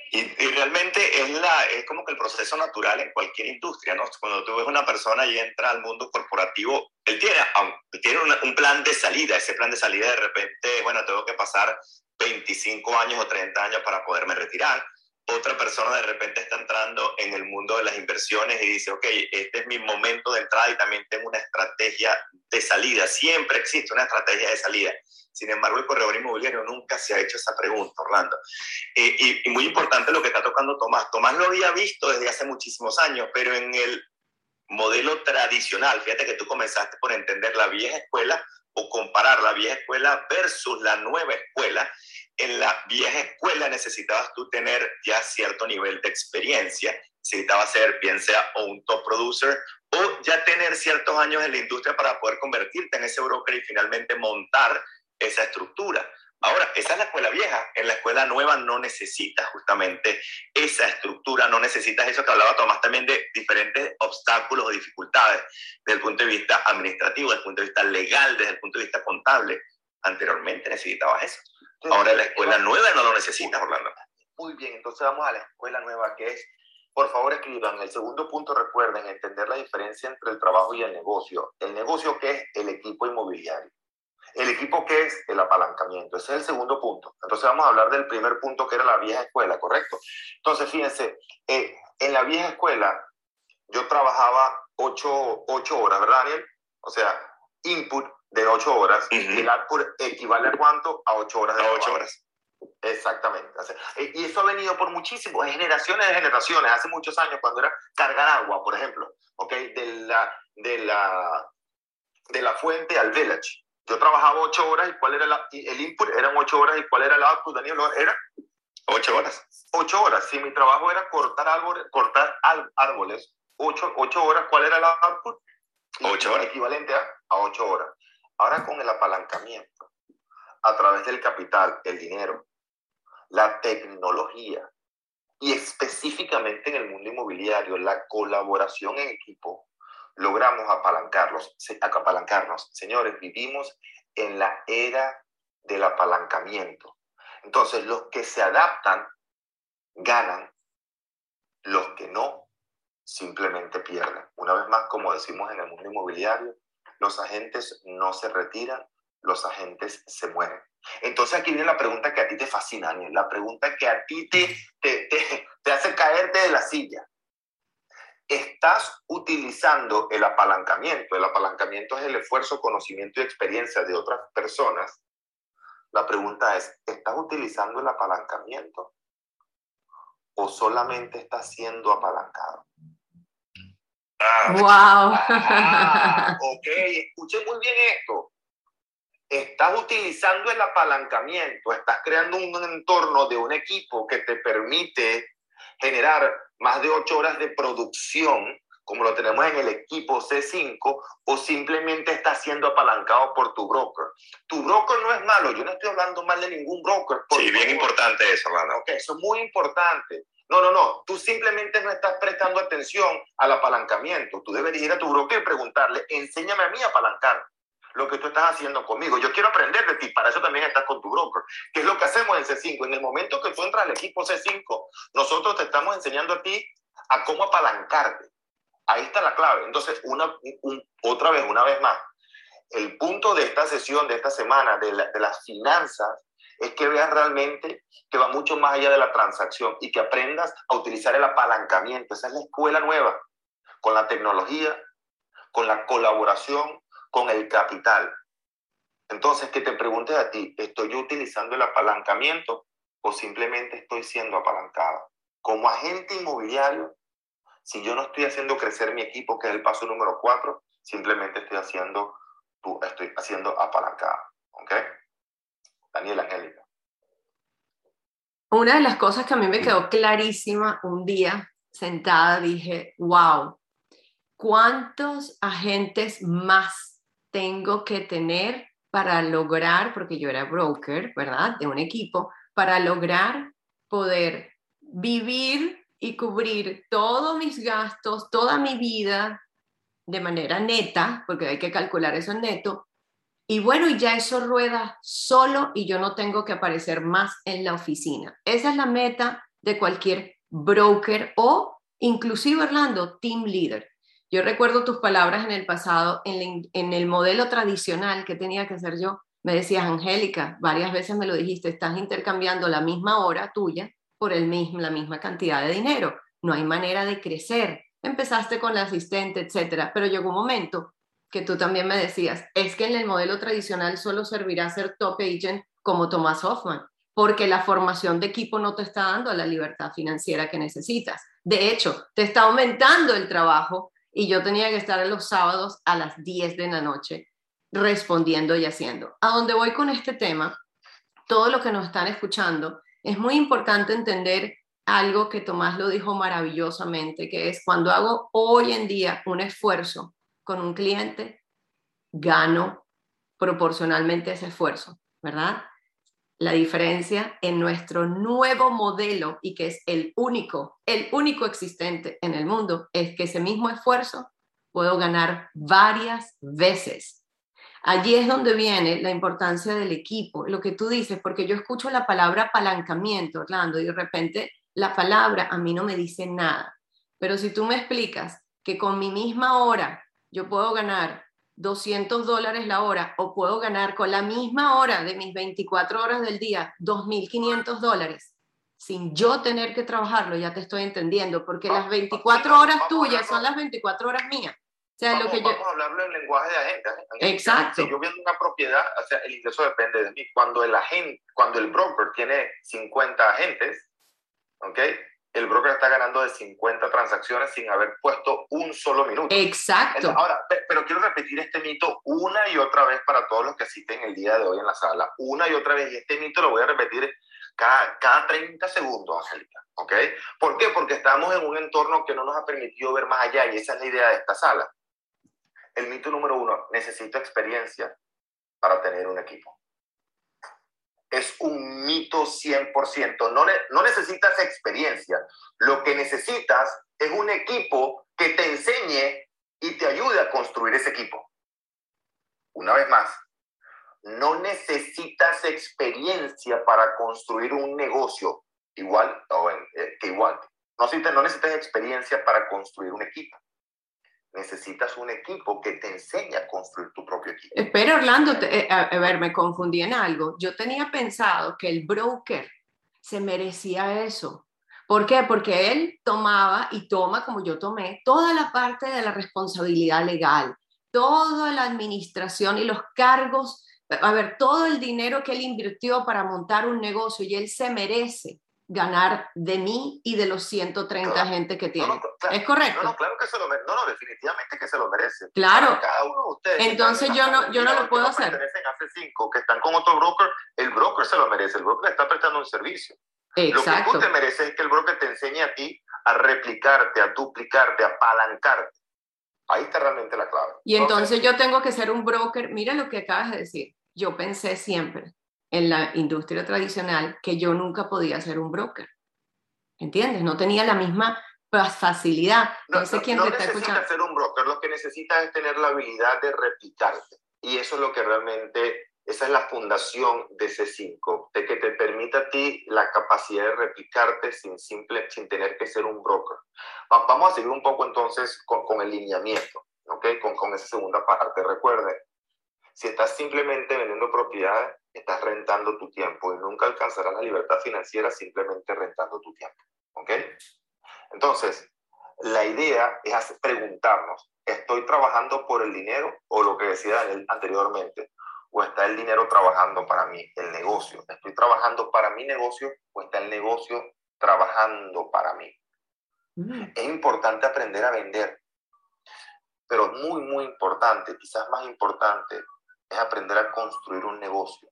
Y realmente es como que el proceso natural en cualquier industria, ¿no? Cuando tú ves una persona y entra al mundo corporativo, él tiene un plan de salida. Ese plan de salida de repente, bueno, tengo que pasar 25 años o 30 años para poderme retirar. Otra persona de repente está entrando en el mundo de las inversiones y dice, ok, este es mi momento de entrada y también tengo una estrategia de salida. Siempre existe una estrategia de salida. Sin embargo, el corredor inmobiliario nunca se ha hecho esa pregunta, Orlando. Y muy importante lo que está tocando Tomás. Tomás lo había visto desde hace muchísimos años, pero en el modelo tradicional, fíjate que tú comenzaste por entender la vieja escuela o comparar la vieja escuela versus la nueva escuela. En la vieja escuela necesitabas tú tener ya cierto nivel de experiencia, necesitabas ser bien sea o un top producer o ya tener ciertos años en la industria para poder convertirte en ese broker y finalmente montar esa estructura. Ahora, esa es la escuela vieja. En la escuela nueva no necesitas justamente esa estructura, no necesitas eso que hablaba Tomás también de diferentes obstáculos o dificultades desde el punto de vista administrativo, desde el punto de vista legal, desde el punto de vista contable. Anteriormente necesitabas eso. Ahora en la escuela nueva no lo necesitas, Orlando. Muy bien, entonces vamos a la escuela nueva, que es, por favor escriban, el segundo punto, recuerden, entender la diferencia entre el trabajo y el negocio. El negocio, que es el equipo inmobiliario. El equipo, que es el apalancamiento. Ese es el segundo punto. Entonces vamos a hablar del primer punto, que era la vieja escuela, ¿correcto? Entonces, fíjense, en la vieja escuela yo trabajaba 8 horas, ¿verdad, Daniel? O sea, input de 8 horas, y el output equivale a ¿cuánto? A 8 horas de trabajo. 8 horas. Exactamente. O sea, y eso ha venido por muchísimos, generaciones de generaciones. Hace muchos años, cuando era cargar agua, por ejemplo, ¿okay? de la fuente al village. Yo trabajaba 8 horas, ¿y cuál era el input? Eran 8 horas, ¿y cuál era el output, Daniel? ¿Era? 8 horas. 8 horas. Si mi trabajo era cortar árboles, 8 horas, ¿cuál era el output? 8 horas. Equivalente a 8 horas. Ahora, con el apalancamiento, a través del capital, el dinero, la tecnología, y específicamente en el mundo inmobiliario, la colaboración en equipo, logramos apalancarnos. Señores, vivimos en la era del apalancamiento. Entonces, los que se adaptan ganan, los que no simplemente pierden. Una vez más, como decimos en el mundo inmobiliario, los agentes no se retiran, los agentes se mueren. Entonces aquí viene la pregunta que a ti te fascina, Daniel, la pregunta que a ti te hace caerte de la silla. ¿Estás utilizando el apalancamiento? El apalancamiento es el esfuerzo, conocimiento y experiencia de otras personas. La pregunta es, ¿estás utilizando el apalancamiento o solamente estás siendo apalancado? Ok, escuchen muy bien esto. Estás utilizando el apalancamiento, estás creando un entorno de un equipo que te permite generar más de 8 horas de producción, como lo tenemos en el equipo C5, o simplemente estás siendo apalancado por tu broker. Tu broker no es malo, yo no estoy hablando mal de ningún broker. Sí, bien importante eso, Orlando. Ok, eso es muy importante. No, tú simplemente no estás prestando atención al apalancamiento. Tú deberías ir a tu broker y preguntarle, enséñame a mí a apalancar lo que tú estás haciendo conmigo. Yo quiero aprender de ti, para eso también estás con tu broker. ¿Qué es lo que hacemos en C5? En el momento que tú entras al equipo C5, nosotros te estamos enseñando a ti a cómo apalancarte. Ahí está la clave. Entonces, una vez más, el punto de esta sesión, de esta semana, de las finanzas, es que veas realmente que va mucho más allá de la transacción y que aprendas a utilizar el apalancamiento. Esa es la escuela nueva, con la tecnología, con la colaboración, con el capital. Entonces, que te preguntes a ti, ¿estoy yo utilizando el apalancamiento o simplemente estoy siendo apalancado? Como agente inmobiliario, si yo no estoy haciendo crecer mi equipo, que es el paso número 4, simplemente estoy haciendo apalancado. ¿Ok? Daniela, Angélica. Una de las cosas que a mí me quedó clarísima un día sentada, dije, wow, ¿cuántos agentes más tengo que tener para lograr, porque yo era broker, ¿verdad?, de un equipo, para lograr poder vivir y cubrir todos mis gastos, toda mi vida de manera neta, porque hay que calcular eso en neto, y bueno, ya eso rueda solo y yo no tengo que aparecer más en la oficina? Esa es la meta de cualquier broker o inclusive, Orlando, team leader. Yo recuerdo tus palabras en el pasado, en el modelo tradicional que tenía que ser yo. Me decías, Angélica, varias veces me lo dijiste, estás intercambiando la misma hora tuya por la misma cantidad de dinero. No hay manera de crecer. Empezaste con la asistente, etcétera, pero llegó un momento que tú también me decías, es que en el modelo tradicional solo servirá ser top agent como Thomas Hoffman, porque la formación de equipo no te está dando la libertad financiera que necesitas. De hecho, te está aumentando el trabajo y yo tenía que estar los sábados a las 10 de la noche respondiendo y haciendo. ¿A dónde voy con este tema? Todo lo que nos están escuchando, es muy importante entender algo que Tomás lo dijo maravillosamente, que es cuando hago hoy en día un esfuerzo con un cliente, gano proporcionalmente ese esfuerzo, ¿verdad? La diferencia en nuestro nuevo modelo, y que es el único existente en el mundo, es que ese mismo esfuerzo puedo ganar varias veces. Allí es donde viene la importancia del equipo, lo que tú dices, porque yo escucho la palabra apalancamiento, Orlando, y de repente la palabra a mí no me dice nada. Pero si tú me explicas que con mi misma hora yo puedo ganar $200 la hora o puedo ganar con la misma hora de mis 24 horas del día $2,500 sin yo tener que trabajarlo, ya te estoy entendiendo, porque las 24 horas tuyas son las 24 horas mías. O sea, vamos a hablarlo en lenguaje de agente. Exacto. Si yo vendo una propiedad, o sea, el ingreso depende de mí. Cuando el broker tiene 50 agentes, ¿ok? El broker está ganando de 50 transacciones sin haber puesto un solo minuto. Exacto. Entonces, ahora, pero quiero repetir este mito una y otra vez para todos los que asisten el día de hoy en la sala. Una y otra vez. Y este mito lo voy a repetir cada 30 segundos, Angélica. ¿Ok? ¿Por qué? Porque estamos en un entorno que no nos ha permitido ver más allá y esa es la idea de esta sala. El mito número 1, necesito experiencia para tener un equipo. Es un mito 100%. No necesitas experiencia. Lo que necesitas es un equipo que te enseñe y te ayude a construir ese equipo. Una vez más, no necesitas experiencia para construir un negocio igual. No necesitas experiencia para construir un equipo. Necesitas un equipo que te enseñe a construir tu propio equipo. Espera, Orlando, a ver, me confundí en algo. Yo tenía pensado que el broker se merecía eso. ¿Por qué? Porque él tomaba y toma, como yo tomé, toda la parte de la responsabilidad legal, toda la administración y los cargos, a ver, todo el dinero que él invirtió para montar un negocio y él se merece ganar de mí y de los 130 gente que tiene. Claro, ¿Es correcto? No, claro que se lo merece. No, definitivamente que se lo merece. Claro. Cada uno de ustedes. Entonces yo no lo puedo hacer. Hace 5 que están con otro broker, el broker se lo merece. El broker está prestando un servicio. Exacto. Lo que tú te mereces es que el broker te enseñe a ti a replicarte, a duplicarte, a apalancarte. Ahí está realmente la clave. Y entonces yo tengo que ser un broker. Mira lo que acabas de decir. Yo pensé siempre en la industria tradicional que yo nunca podía ser un broker. ¿Entiendes? No tenía la misma facilidad. No sé quién te está escuchando. No necesitas ser un broker, lo que necesitas es tener la habilidad de replicarte. Y eso es lo que realmente, esa es la fundación de C5, de que te permita a ti la capacidad de replicarte sin tener que ser un broker. Vamos a seguir un poco entonces con el lineamiento, ¿ok? Con esa segunda parte. Recuerden, si estás simplemente vendiendo propiedades, estás rentando tu tiempo y nunca alcanzarás la libertad financiera simplemente rentando tu tiempo, ¿ok? Entonces, la idea es preguntarnos, ¿estoy trabajando por el dinero o lo que decía Daniel anteriormente? ¿O está el dinero trabajando para mí, el negocio? ¿Estoy trabajando para mi negocio o está el negocio trabajando para mí? Es importante aprender a vender, pero muy, muy importante, quizás más importante, es aprender a construir un negocio.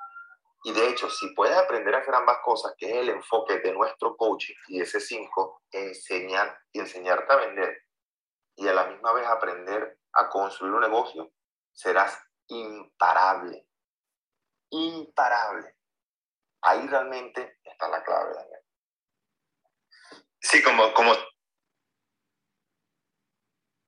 Y de hecho, si puedes aprender a hacer ambas cosas, que es el enfoque de nuestro coaching y ese 5, enseñarte a vender y a la misma vez aprender a construir un negocio, serás imparable. Imparable. Ahí realmente está la clave, Daniel. Sí, como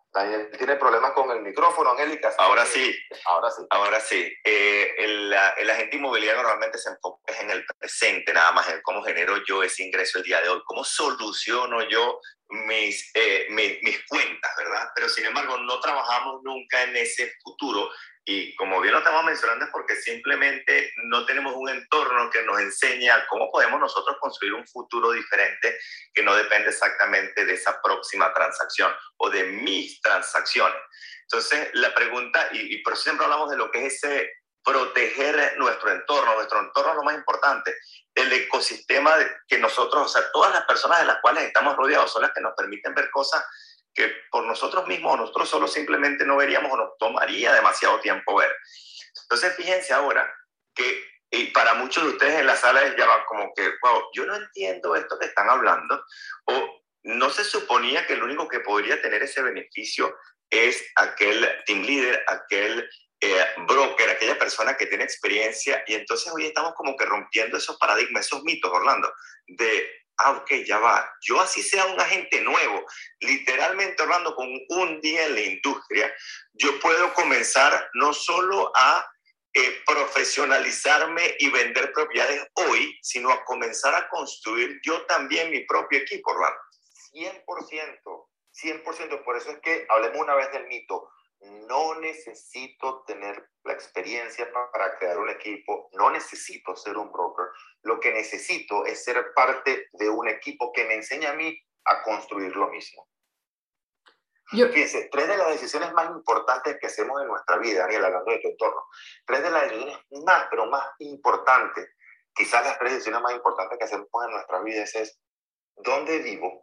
Daniel tiene problemas con el micrófono, Angélica. Ahora sí. Ahora sí. Ahora sí. El agente inmobiliario normalmente se enfoca en el presente, nada más en cómo genero yo ese ingreso el día de hoy, cómo soluciono yo mis cuentas, ¿verdad? Pero sin embargo no trabajamos nunca en ese futuro. Y como bien lo estamos mencionando es porque simplemente no tenemos un entorno que nos enseñe a cómo podemos nosotros construir un futuro diferente que no depende exactamente de esa próxima transacción o de mis transacciones. Entonces, la pregunta, y por eso siempre hablamos de lo que es ese proteger nuestro entorno. Nuestro entorno es lo más importante. El ecosistema que nosotros, o sea, todas las personas de las cuales estamos rodeados son las que nos permiten ver cosas que por nosotros mismos o nosotros solo simplemente no veríamos o nos tomaría demasiado tiempo ver. Entonces, fíjense ahora que y para muchos de ustedes en la sala ya va como que, wow, yo no entiendo esto que están hablando, o no se suponía que el único que podría tener ese beneficio es aquel team leader, aquel broker, aquella persona que tiene experiencia, y entonces hoy estamos como que rompiendo esos paradigmas, esos mitos, Orlando, de ok, ya va, yo así sea un agente nuevo, literalmente Orlando, con un día en la industria, yo puedo comenzar no solo a profesionalizarme y vender propiedades hoy, sino a comenzar a construir yo también mi propio equipo, Orlando. 100%, 100%, por eso es que hablemos una vez del mito. No necesito tener la experiencia para crear un equipo, no necesito ser un broker. Lo que necesito es ser parte de un equipo que me enseñe a mí a construir lo mismo. Fíjense, 3 de las decisiones más importantes que hacemos en nuestra vida, Daniel, hablando de tu entorno, 3 de las decisiones más, pero más importantes, quizás las 3 decisiones más importantes que hacemos en nuestra vida es ¿dónde vivo?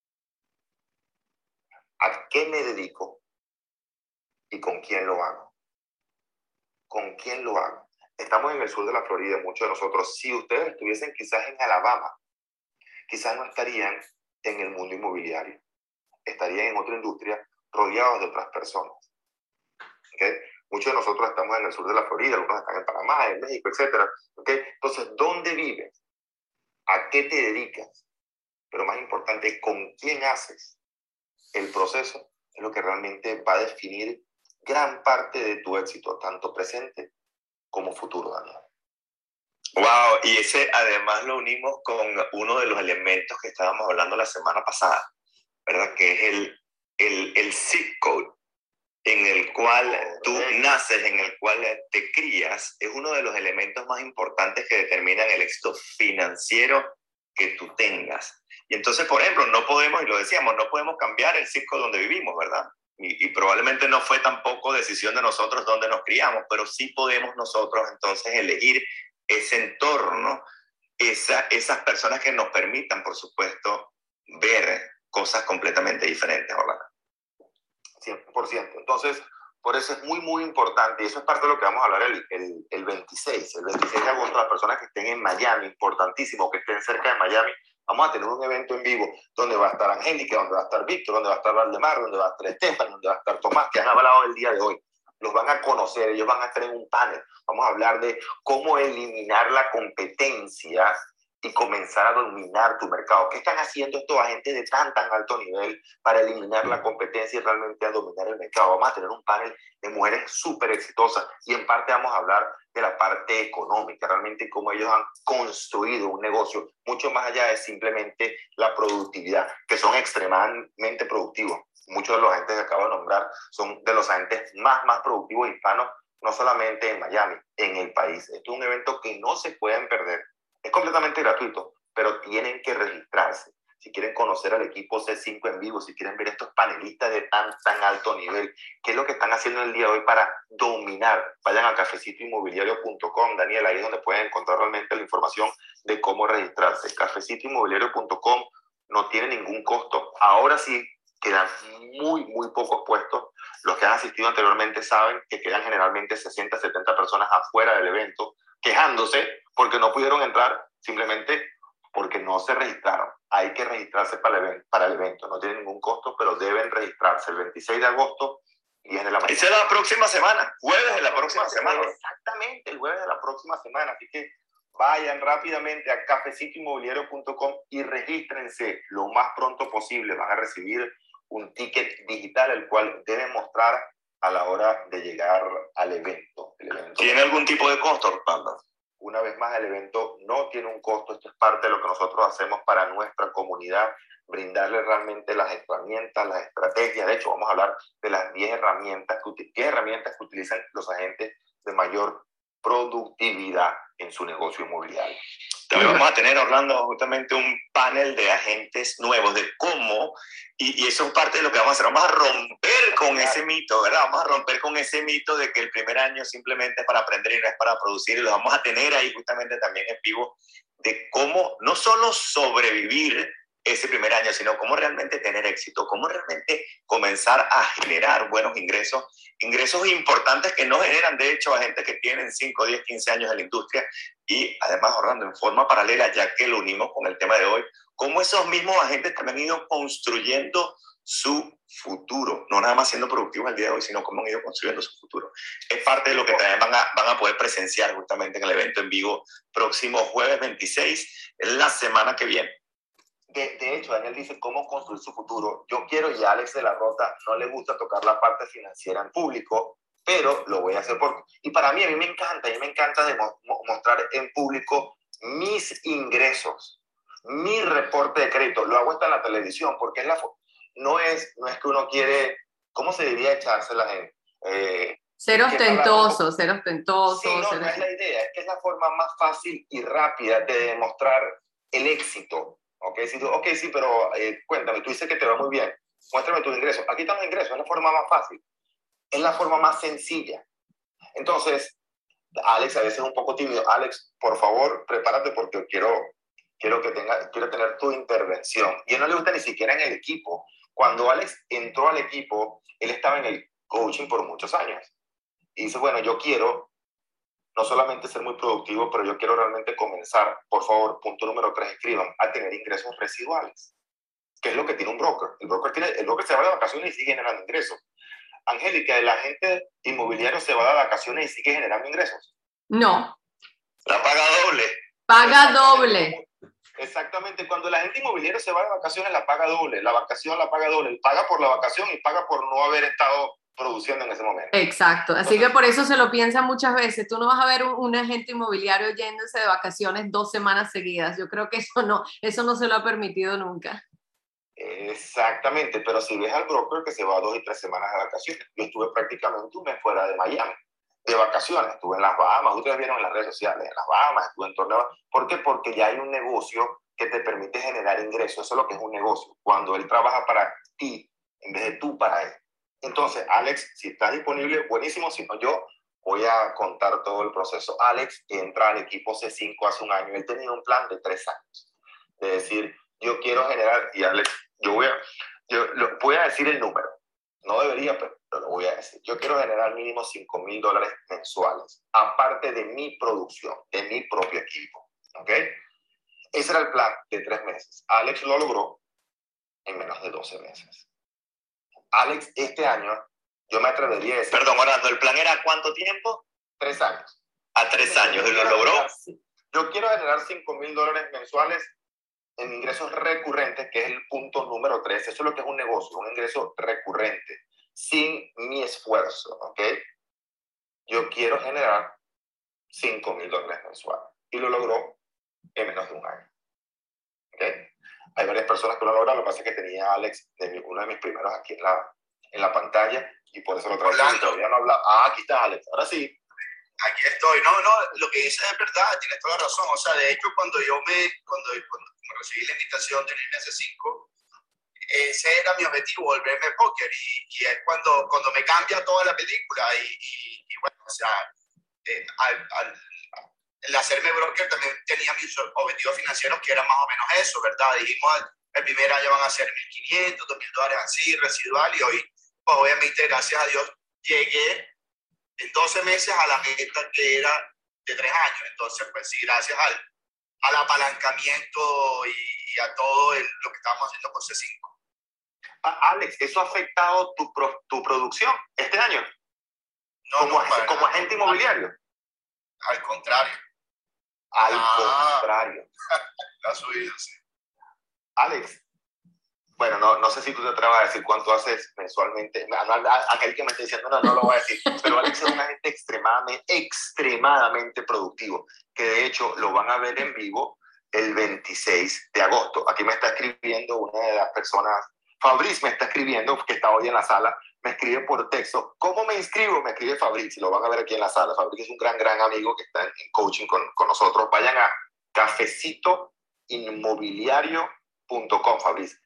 ¿A qué me dedico? ¿Y con quién lo hago? ¿Con quién lo hago? Estamos en el sur de la Florida, muchos de nosotros. Si ustedes estuviesen quizás en Alabama, quizás no estarían en el mundo inmobiliario. Estarían en otra industria, rodeados de otras personas. ¿Okay? Muchos de nosotros estamos en el sur de la Florida, algunos están en Panamá, en México, etc. ¿Okay? Entonces, ¿dónde vives? ¿A qué te dedicas? Pero más importante, ¿con quién haces el proceso? Es lo que realmente va a definir gran parte de tu éxito, tanto presente como futuro, Daniel. Wow, y ese además lo unimos con uno de los elementos que estábamos hablando la semana pasada, ¿verdad? Que es el zip code en el cual tú naces, en el cual te crías, es uno de los elementos más importantes que determinan el éxito financiero que tú tengas. Y entonces, por ejemplo, no podemos, y lo decíamos, no podemos cambiar el zip code donde vivimos, ¿verdad? Y probablemente no fue tampoco decisión de nosotros donde nos criamos, pero sí podemos nosotros entonces elegir ese entorno, esas personas que nos permitan, por supuesto, ver cosas completamente diferentes, Orlando. 100%. Entonces, por eso es muy, muy importante, y eso es parte de lo que vamos a hablar el 26 de agosto, las personas que estén en Miami, importantísimo, que estén cerca de Miami, vamos a tener un evento en vivo donde va a estar Angélica, donde va a estar Víctor, donde va a estar Valdemar, donde va a estar Estefan, donde va a estar Tomás, que han hablado el día de hoy. Los van a conocer, ellos van a estar en un panel. Vamos a hablar de cómo eliminar la competencia y comenzar a dominar tu mercado. ¿Qué están haciendo estos agentes de tan alto nivel para eliminar la competencia y realmente a dominar el mercado? Vamos a tener un panel de mujeres súper exitosas y en parte vamos a hablar de la parte económica, realmente cómo ellos han construido un negocio mucho más allá de simplemente la productividad, que son extremadamente productivos. Muchos de los agentes que acabo de nombrar son de los agentes más productivos hispanos, no solamente en Miami, en el país. Esto es un evento que no se pueden perder. Es completamente gratuito, pero tienen que registrarse. Si quieren conocer al equipo C5 en vivo, si quieren ver estos panelistas de tan alto nivel, qué es lo que están haciendo el día de hoy para dominar, vayan a cafecitoinmobiliario.com, Daniel, ahí es donde pueden encontrar realmente la información de cómo registrarse. Cafecitoinmobiliario.com no tiene ningún costo. Ahora sí, quedan muy pocos puestos. Los que han asistido anteriormente saben que quedan generalmente 60, 70 personas afuera del evento, quejándose porque no pudieron entrar, simplemente porque no se registraron. Hay que registrarse para el evento. No tiene ningún costo, pero deben registrarse el 26 de agosto, 10 de la mañana. Esa es la próxima semana, jueves de la próxima semana. Exactamente, el jueves de la próxima semana. Así que vayan rápidamente a cafecitoinmobiliario.com y regístrense lo más pronto posible. Van a recibir un ticket digital inicial el cual deben mostrar a la hora de llegar al evento. El evento ¿Tiene algún tipo de costo, Orlando? Una vez más, el evento no tiene un costo. Esto es parte de lo que nosotros hacemos para nuestra comunidad, brindarle realmente las herramientas, las estrategias. De hecho, vamos a hablar de las 10 herramientas que utilizan los agentes de mayor productividad en su negocio inmobiliario. También vamos a tener, Orlando, justamente un panel de agentes nuevos, de cómo, y eso es parte de lo que vamos a hacer. Vamos a romper con ese mito, ¿verdad? Vamos a romper con ese mito de que el primer año simplemente es para aprender y no es para producir, y lo vamos a tener ahí justamente también en vivo, de cómo no solo sobrevivir ese primer año, sino cómo realmente tener éxito, cómo realmente comenzar a generar buenos ingresos importantes que no generan, de hecho, a gente que tienen 5, 10, 15 años en la industria, y además, Orlando, en forma paralela, ya que lo unimos con el tema de hoy, cómo esos mismos agentes también han ido construyendo su futuro, no nada más siendo productivos el día de hoy, sino cómo han ido construyendo su futuro. Es parte de lo que también van a poder presenciar justamente en el evento en vivo próximo jueves 26, la semana que viene. De hecho, Daniel dice cómo construir su futuro. Yo quiero, y a Alex de la Rota no le gusta tocar la parte financiera en público, pero lo voy a hacer y para mí, a mí me encanta mostrar en público mis ingresos, mi reporte de crédito. Lo hago hasta en la televisión, porque no es que uno quiere, ¿cómo se diría echarse la gente? Ser ostentoso. Sí, no es la idea, es que es la forma más fácil y rápida de demostrar el éxito. Sí, pero cuéntame, tú dices que te va muy bien, muéstrame tus ingresos. Aquí están los ingresos, es la forma más fácil, es la forma más sencilla. Entonces, Alex a veces es un poco tímido. Alex, por favor, prepárate porque quiero tener tu intervención. Y a él no le gusta ni siquiera en el equipo. Cuando Alex entró al equipo, él estaba en el coaching por muchos años. Y dice, bueno, yo quiero no solamente ser muy productivo, pero yo quiero realmente comenzar, por favor, punto número 3, escriban, a tener ingresos residuales. ¿Qué es lo que tiene un broker? El broker se va de vacaciones y sigue generando ingresos. Angélica, ¿el agente inmobiliario se va de vacaciones y sigue generando ingresos? No. La paga doble. Paga doble. Exactamente. Cuando el agente inmobiliario se va de vacaciones, la paga doble. La vacación la paga doble. Paga por la vacación y paga por no haber estado produciendo en ese momento. Exacto, así que por eso se lo piensa muchas veces. Tú no vas a ver un agente inmobiliario yéndose de vacaciones 2 semanas seguidas. Yo creo que eso no se lo ha permitido nunca. Exactamente, pero si ves al broker que se va 2 y 3 semanas de vacaciones, yo estuve prácticamente un mes fuera de Miami, de vacaciones, estuve en las Bahamas, ustedes vieron en las redes sociales, en las Bahamas, estuve en torneos. ¿Por qué? Porque ya hay un negocio que te permite generar ingresos. Eso es lo que es un negocio, cuando él trabaja para ti en vez de tú para él. Entonces, Alex, si estás disponible, buenísimo. Si no, yo voy a contar todo el proceso. Alex entra al equipo C5 hace un año. Él tenía un plan de 3 años. De decir, yo quiero generar, y Alex, yo voy a decir el número. No debería, pero lo voy a decir. Yo quiero generar mínimo $5,000 mensuales, aparte de mi producción, de mi propio equipo. ¿Ok? Ese era el plan de 3 meses. Alex lo logró en menos de 12 meses. Alex, este año, yo me atrevería a decir... Perdón, Orlando, ¿el plan era cuánto tiempo? 3 años. A 3 años, ¿y lo logró? Yo quiero generar $5,000 mensuales en ingresos recurrentes, que es el punto número 3. Eso es lo que es un negocio, un ingreso recurrente, sin mi esfuerzo, ¿ok? Yo quiero generar $5,000 mensuales. Y lo logró en menos de un año. ¿Ok? Hay varias personas que lo lograron. Lo que pasa es que tenía a Alex, uno de mis primeros, aquí en la pantalla, y por eso lo traigo. Todavía no habla. Aquí está Alex, ahora sí. Aquí estoy. No, lo que dices es verdad, tienes toda la razón. O sea, de hecho, cuando me recibí la invitación de unirme a C5, ese era mi objetivo, volverme póker, y es cuando me cambia toda la película. Y bueno, o sea, el hacerme broker también tenía mis objetivos financieros, que eran más o menos eso, ¿verdad? Dijimos, el primer año van a ser $1,500, $2,000 así, residual, y hoy, pues obviamente, gracias a Dios, llegué en 12 meses a la meta que era de 3 años. Entonces, pues sí, gracias al apalancamiento y a todo lo que estábamos haciendo con C5. Alex, ¿eso ha afectado tu producción este año? No, como agente inmobiliario. Al contrario. Al contrario. La subida, sí. Alex, bueno, no sé si tú te atreves a decir cuánto haces mensualmente. Aquel que me está diciendo no lo voy a decir. Pero Alex es un agente extremadamente productivo, que de hecho lo van a ver en vivo el 26 de agosto. Aquí me está escribiendo una de las personas, Fabriz me está escribiendo, que está hoy en la sala, me escribe por texto. ¿Cómo me inscribo? Me escribe Fabriz, y lo van a ver aquí en la sala. Fabriz es un gran amigo que está en coaching con nosotros. Vayan a cafecitoinmobiliario.com, Fabriz.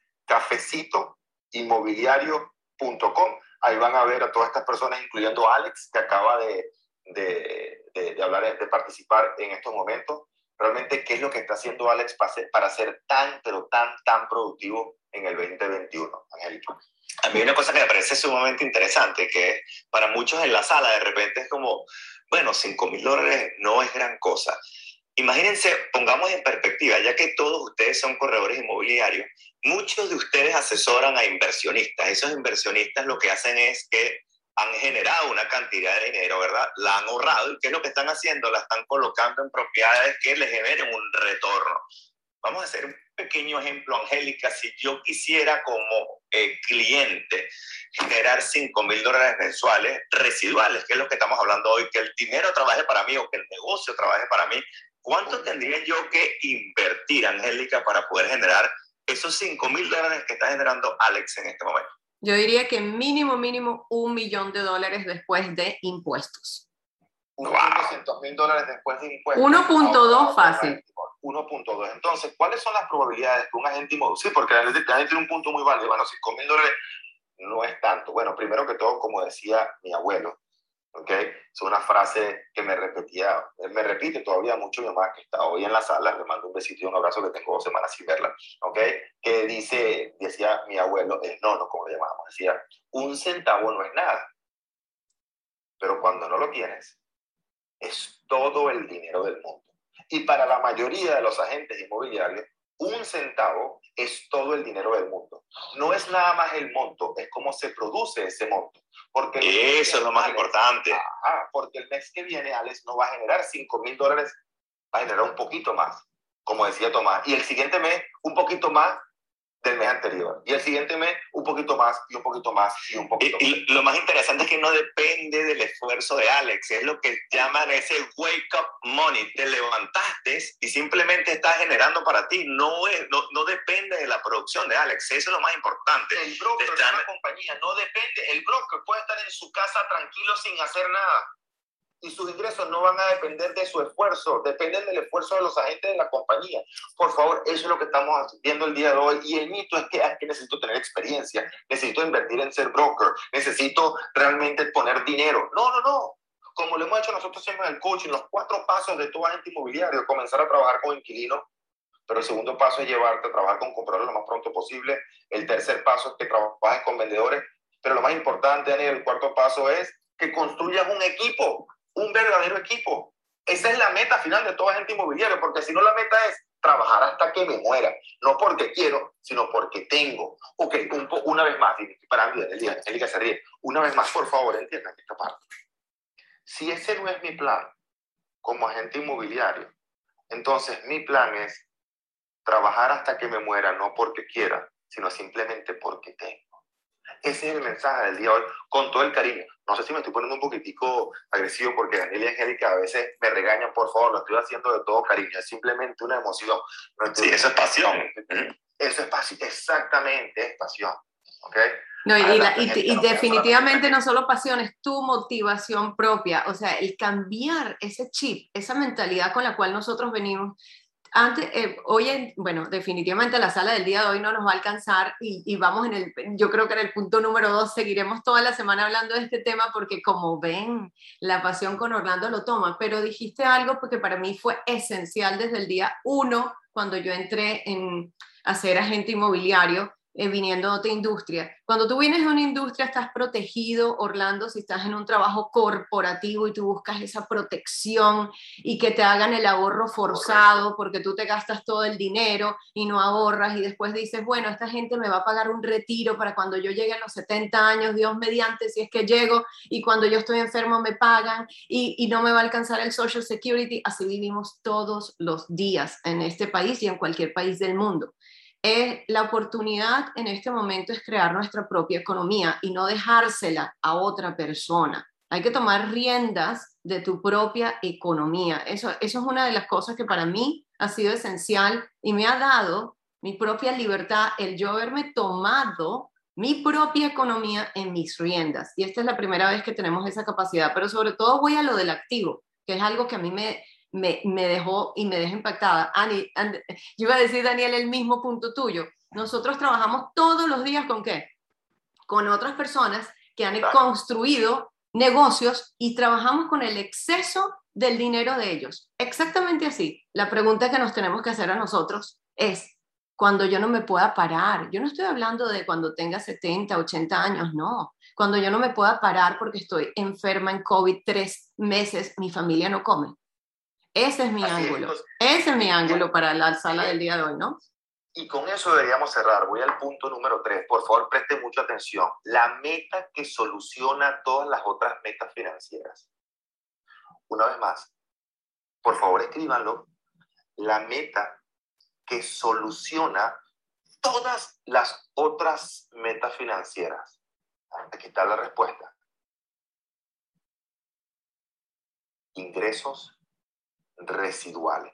Cafecitoinmobiliario.com. Ahí van a ver a todas estas personas, incluyendo a Alex, que acaba de hablar, de participar en estos momentos. Realmente, ¿qué es lo que está haciendo Alex para ser tan productivo en el 2021, Angélica? A mí una cosa que me parece sumamente interesante, que para muchos en la sala de repente es como, bueno, $5,000 no es gran cosa. Imagínense, pongamos en perspectiva, ya que todos ustedes son corredores inmobiliarios, muchos de ustedes asesoran a inversionistas. Esos inversionistas lo que hacen es que han generado una cantidad de dinero, ¿verdad? La han ahorrado, y ¿qué es lo que están haciendo? La están colocando en propiedades que les generen un retorno. Vamos a hacer un pequeño ejemplo, Angélica. Si yo quisiera como cliente generar $5,000 mensuales residuales, que es lo que estamos hablando hoy, que el dinero trabaje para mí o que el negocio trabaje para mí, ¿cuánto tendría yo que invertir, Angélica, para poder generar esos $5,000 que está generando Alex en este momento? Yo diría que mínimo $1 millón después de impuestos. $1,200,000 después de impuestos. 1.2 fácil. 1.2. Entonces, ¿cuáles son las probabilidades que un agente inmobiliario? Sí, porque la gente tiene un punto muy válido. Bueno, $5,000 no es tanto. Bueno, primero que todo, como decía mi abuelo, ¿okay? Es una frase que me repite todavía mucho mi mamá, que está hoy en la sala. Le mando un besito y un abrazo, que tengo 2 semanas sin verla, ¿okay? Que decía mi abuelo, el nono, como le llamábamos, decía, 1 centavo no es nada, pero cuando no lo tienes, es todo el dinero del mundo. Y para la mayoría de los agentes inmobiliarios, 1 centavo es todo el dinero del mundo. No es nada más el monto, es cómo se produce ese monto. Porque eso es lo más importante. Porque el mes que viene, Alex no va a generar $5,000, va a generar un poquito más, como decía Tomás. Y el siguiente mes, un poquito más del mes anterior. Y el siguiente mes, un poquito más, y un poquito más, y un poquito más. Y lo más interesante es que no depende del esfuerzo de Alex. Es lo que llaman ese wake up money. Te levantaste y simplemente estás generando para ti. No depende de la producción de Alex. Eso es lo más importante. El broker de una compañía no depende. El broker puede estar en su casa tranquilo sin hacer nada. Y sus ingresos no van a depender de su esfuerzo, dependen del esfuerzo de los agentes de la compañía. Por favor, eso es lo que estamos viendo el día de hoy. Y el mito es que necesito tener experiencia, necesito invertir en ser broker, necesito realmente poner dinero. No. Como lo hemos hecho nosotros siempre en el coaching, los 4 pasos de todo agente inmobiliario: comenzar a trabajar con inquilinos, pero el segundo paso es llevarte a trabajar con compradores lo más pronto posible. El tercer paso es que trabajes con vendedores, pero lo más importante, Daniel, el 4º paso es que construyas un equipo. Un verdadero equipo. Esa es la meta final de todo agente inmobiliario, porque si no, la meta es trabajar hasta que me muera, no porque quiero, sino porque tengo. Ok, una vez más, para mí, Angélica se ríe, una vez más, por favor, entiendan esta parte. Si ese no es mi plan como agente inmobiliario, entonces mi plan es trabajar hasta que me muera, no porque quiera, sino simplemente porque tengo. Ese es el mensaje del día de hoy, con todo el cariño. No sé si me estoy poniendo un poquitico agresivo, porque Daniel y Angélica a veces me regañan. Por favor, lo estoy haciendo de todo cariño. Es simplemente una emoción. Sí, eso es pasión. Eso es pasión, exactamente, es pasión. ¿Okay? No, y definitivamente no solo pasión, es tu motivación propia. O sea, el cambiar ese chip, esa mentalidad con la cual nosotros venimos. Antes, bueno, definitivamente la sala del día de hoy no nos va a alcanzar y vamos yo creo que en el punto número 2 seguiremos toda la semana hablando de este tema, porque como ven, la pasión con Orlando lo toma. Pero dijiste algo porque para mí fue esencial desde el día 1 cuando yo entré a ser agente inmobiliario, viniendo de otra industria. Cuando tú vienes de una industria estás protegido, Orlando, si estás en un trabajo corporativo y tú buscas esa protección y que te hagan el ahorro forzado porque tú te gastas todo el dinero y no ahorras, y después dices, bueno, esta gente me va a pagar un retiro para cuando yo llegue a los 70 años, Dios mediante, si es que llego, y cuando yo estoy enfermo me pagan y no me va a alcanzar el Social Security. Así vivimos todos los días en este país y en cualquier país del mundo. La oportunidad en este momento es crear nuestra propia economía y no dejársela a otra persona. Hay que tomar riendas de tu propia economía. Eso es una de las cosas que para mí ha sido esencial y me ha dado mi propia libertad, el yo haberme tomado mi propia economía en mis riendas. Y esta es la primera vez que tenemos esa capacidad, pero sobre todo voy a lo del activo, que es algo que a mí me dejó y me deja impactada. Yo iba a decir, Daniel, el mismo punto tuyo. Nosotros trabajamos todos los días ¿con qué? Con otras personas que han construido negocios y trabajamos con el exceso del dinero de ellos. Exactamente así. La pregunta que nos tenemos que hacer a nosotros es, cuando yo no me pueda parar, yo no estoy hablando de cuando tenga 70, 80 años, no. Cuando yo no me pueda parar porque estoy enferma en COVID 3 meses, mi familia no come. Ese es mi ángulo. Ese es mi ángulo para la sala del día de hoy, ¿no? Y con eso deberíamos cerrar. Voy al punto número 3. Por favor, preste mucha atención. La meta que soluciona todas las otras metas financieras. Una vez más, por favor, escríbanlo. La meta que soluciona todas las otras metas financieras. Aquí está la respuesta. Ingresos residuales.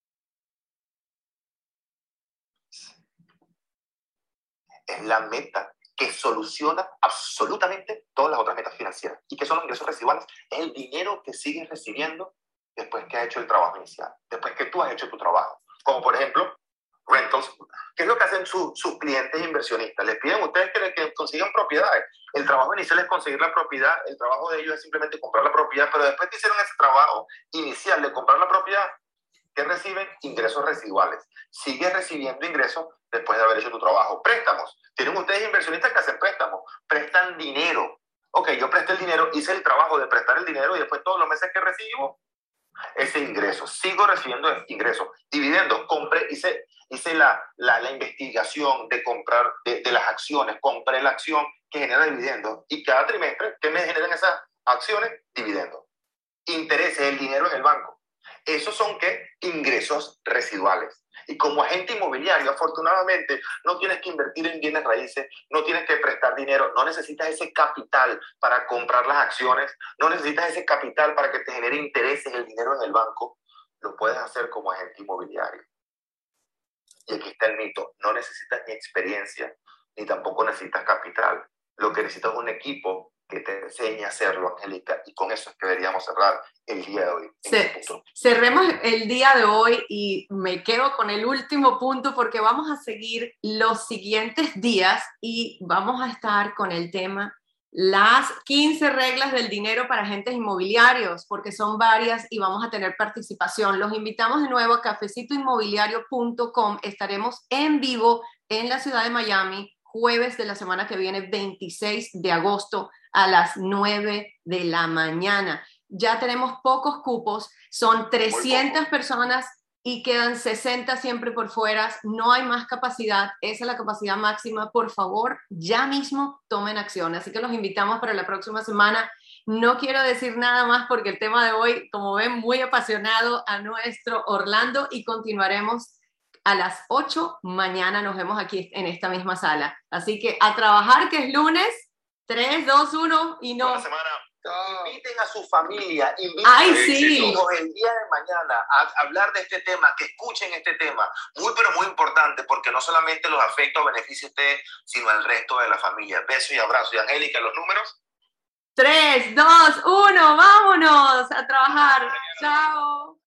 Es la meta que soluciona absolutamente todas las otras metas financieras. ¿Y qué son los ingresos residuales? Es el dinero que sigues recibiendo después que has hecho el trabajo inicial, después que tú has hecho tu trabajo. Como por ejemplo, rentals. ¿Qué es lo que hacen sus clientes inversionistas? Les piden a ustedes que consigan propiedades. El trabajo inicial es conseguir la propiedad, el trabajo de ellos es simplemente comprar la propiedad, pero después que hicieron ese trabajo inicial de comprar la propiedad, ¿qué reciben? Ingresos residuales. Sigues recibiendo ingresos después de haber hecho tu trabajo. Préstamos. Tienen ustedes inversionistas que hacen préstamos. Prestan dinero. Ok, yo presté el dinero, hice el trabajo de prestar el dinero y después todos los meses que recibo, ese ingreso. Sigo recibiendo ingresos. Dividendos. Hice la investigación de comprar de las acciones. Compré la acción que genera dividendos. Y cada trimestre, ¿qué me generan esas acciones? Dividendos. Intereses, el dinero en el banco. Esos son ¿qué? Ingresos residuales. Y como agente inmobiliario, afortunadamente, no tienes que invertir en bienes raíces, no tienes que prestar dinero, no necesitas ese capital para comprar las acciones, no necesitas ese capital para que te genere intereses el dinero en el banco. Lo puedes hacer como agente inmobiliario. Y aquí está el mito. No necesitas ni experiencia, ni tampoco necesitas capital. Lo que necesitas es un equipo que te enseñe a hacerlo, Angélica, y con eso es que deberíamos cerrar el día de hoy. Cerremos el día de hoy y me quedo con el último punto porque vamos a seguir los siguientes días y vamos a estar con el tema las 15 reglas del dinero para agentes inmobiliarios, porque son varias y vamos a tener participación. Los invitamos de nuevo a cafecitoinmobiliario.com. Estaremos en vivo en la ciudad de Miami, jueves de la semana que viene, 26 de agosto, a las 9 de la mañana. Ya tenemos pocos cupos, son 300 personas y quedan 60 siempre por fuera. No hay más capacidad, esa es la capacidad máxima. Por favor, ya mismo tomen acción. Así que los invitamos para la próxima semana. No quiero decir nada más porque el tema de hoy, como ven, muy apasionado a nuestro Orlando y continuaremos a las 8 mañana. Nos vemos aquí en esta misma sala. Así que a trabajar, que es lunes. 3, 2, 1 y no. Buena semana. Inviten a su familia, inviten a sus hijos el día de mañana a hablar de este tema, que escuchen este tema. Muy, pero muy importante, porque no solamente los afecta o beneficia a usted, sino al resto de la familia. Besos y abrazos. Y Angélica, ¿los números? 3, 2, 1, vámonos a trabajar. Chao.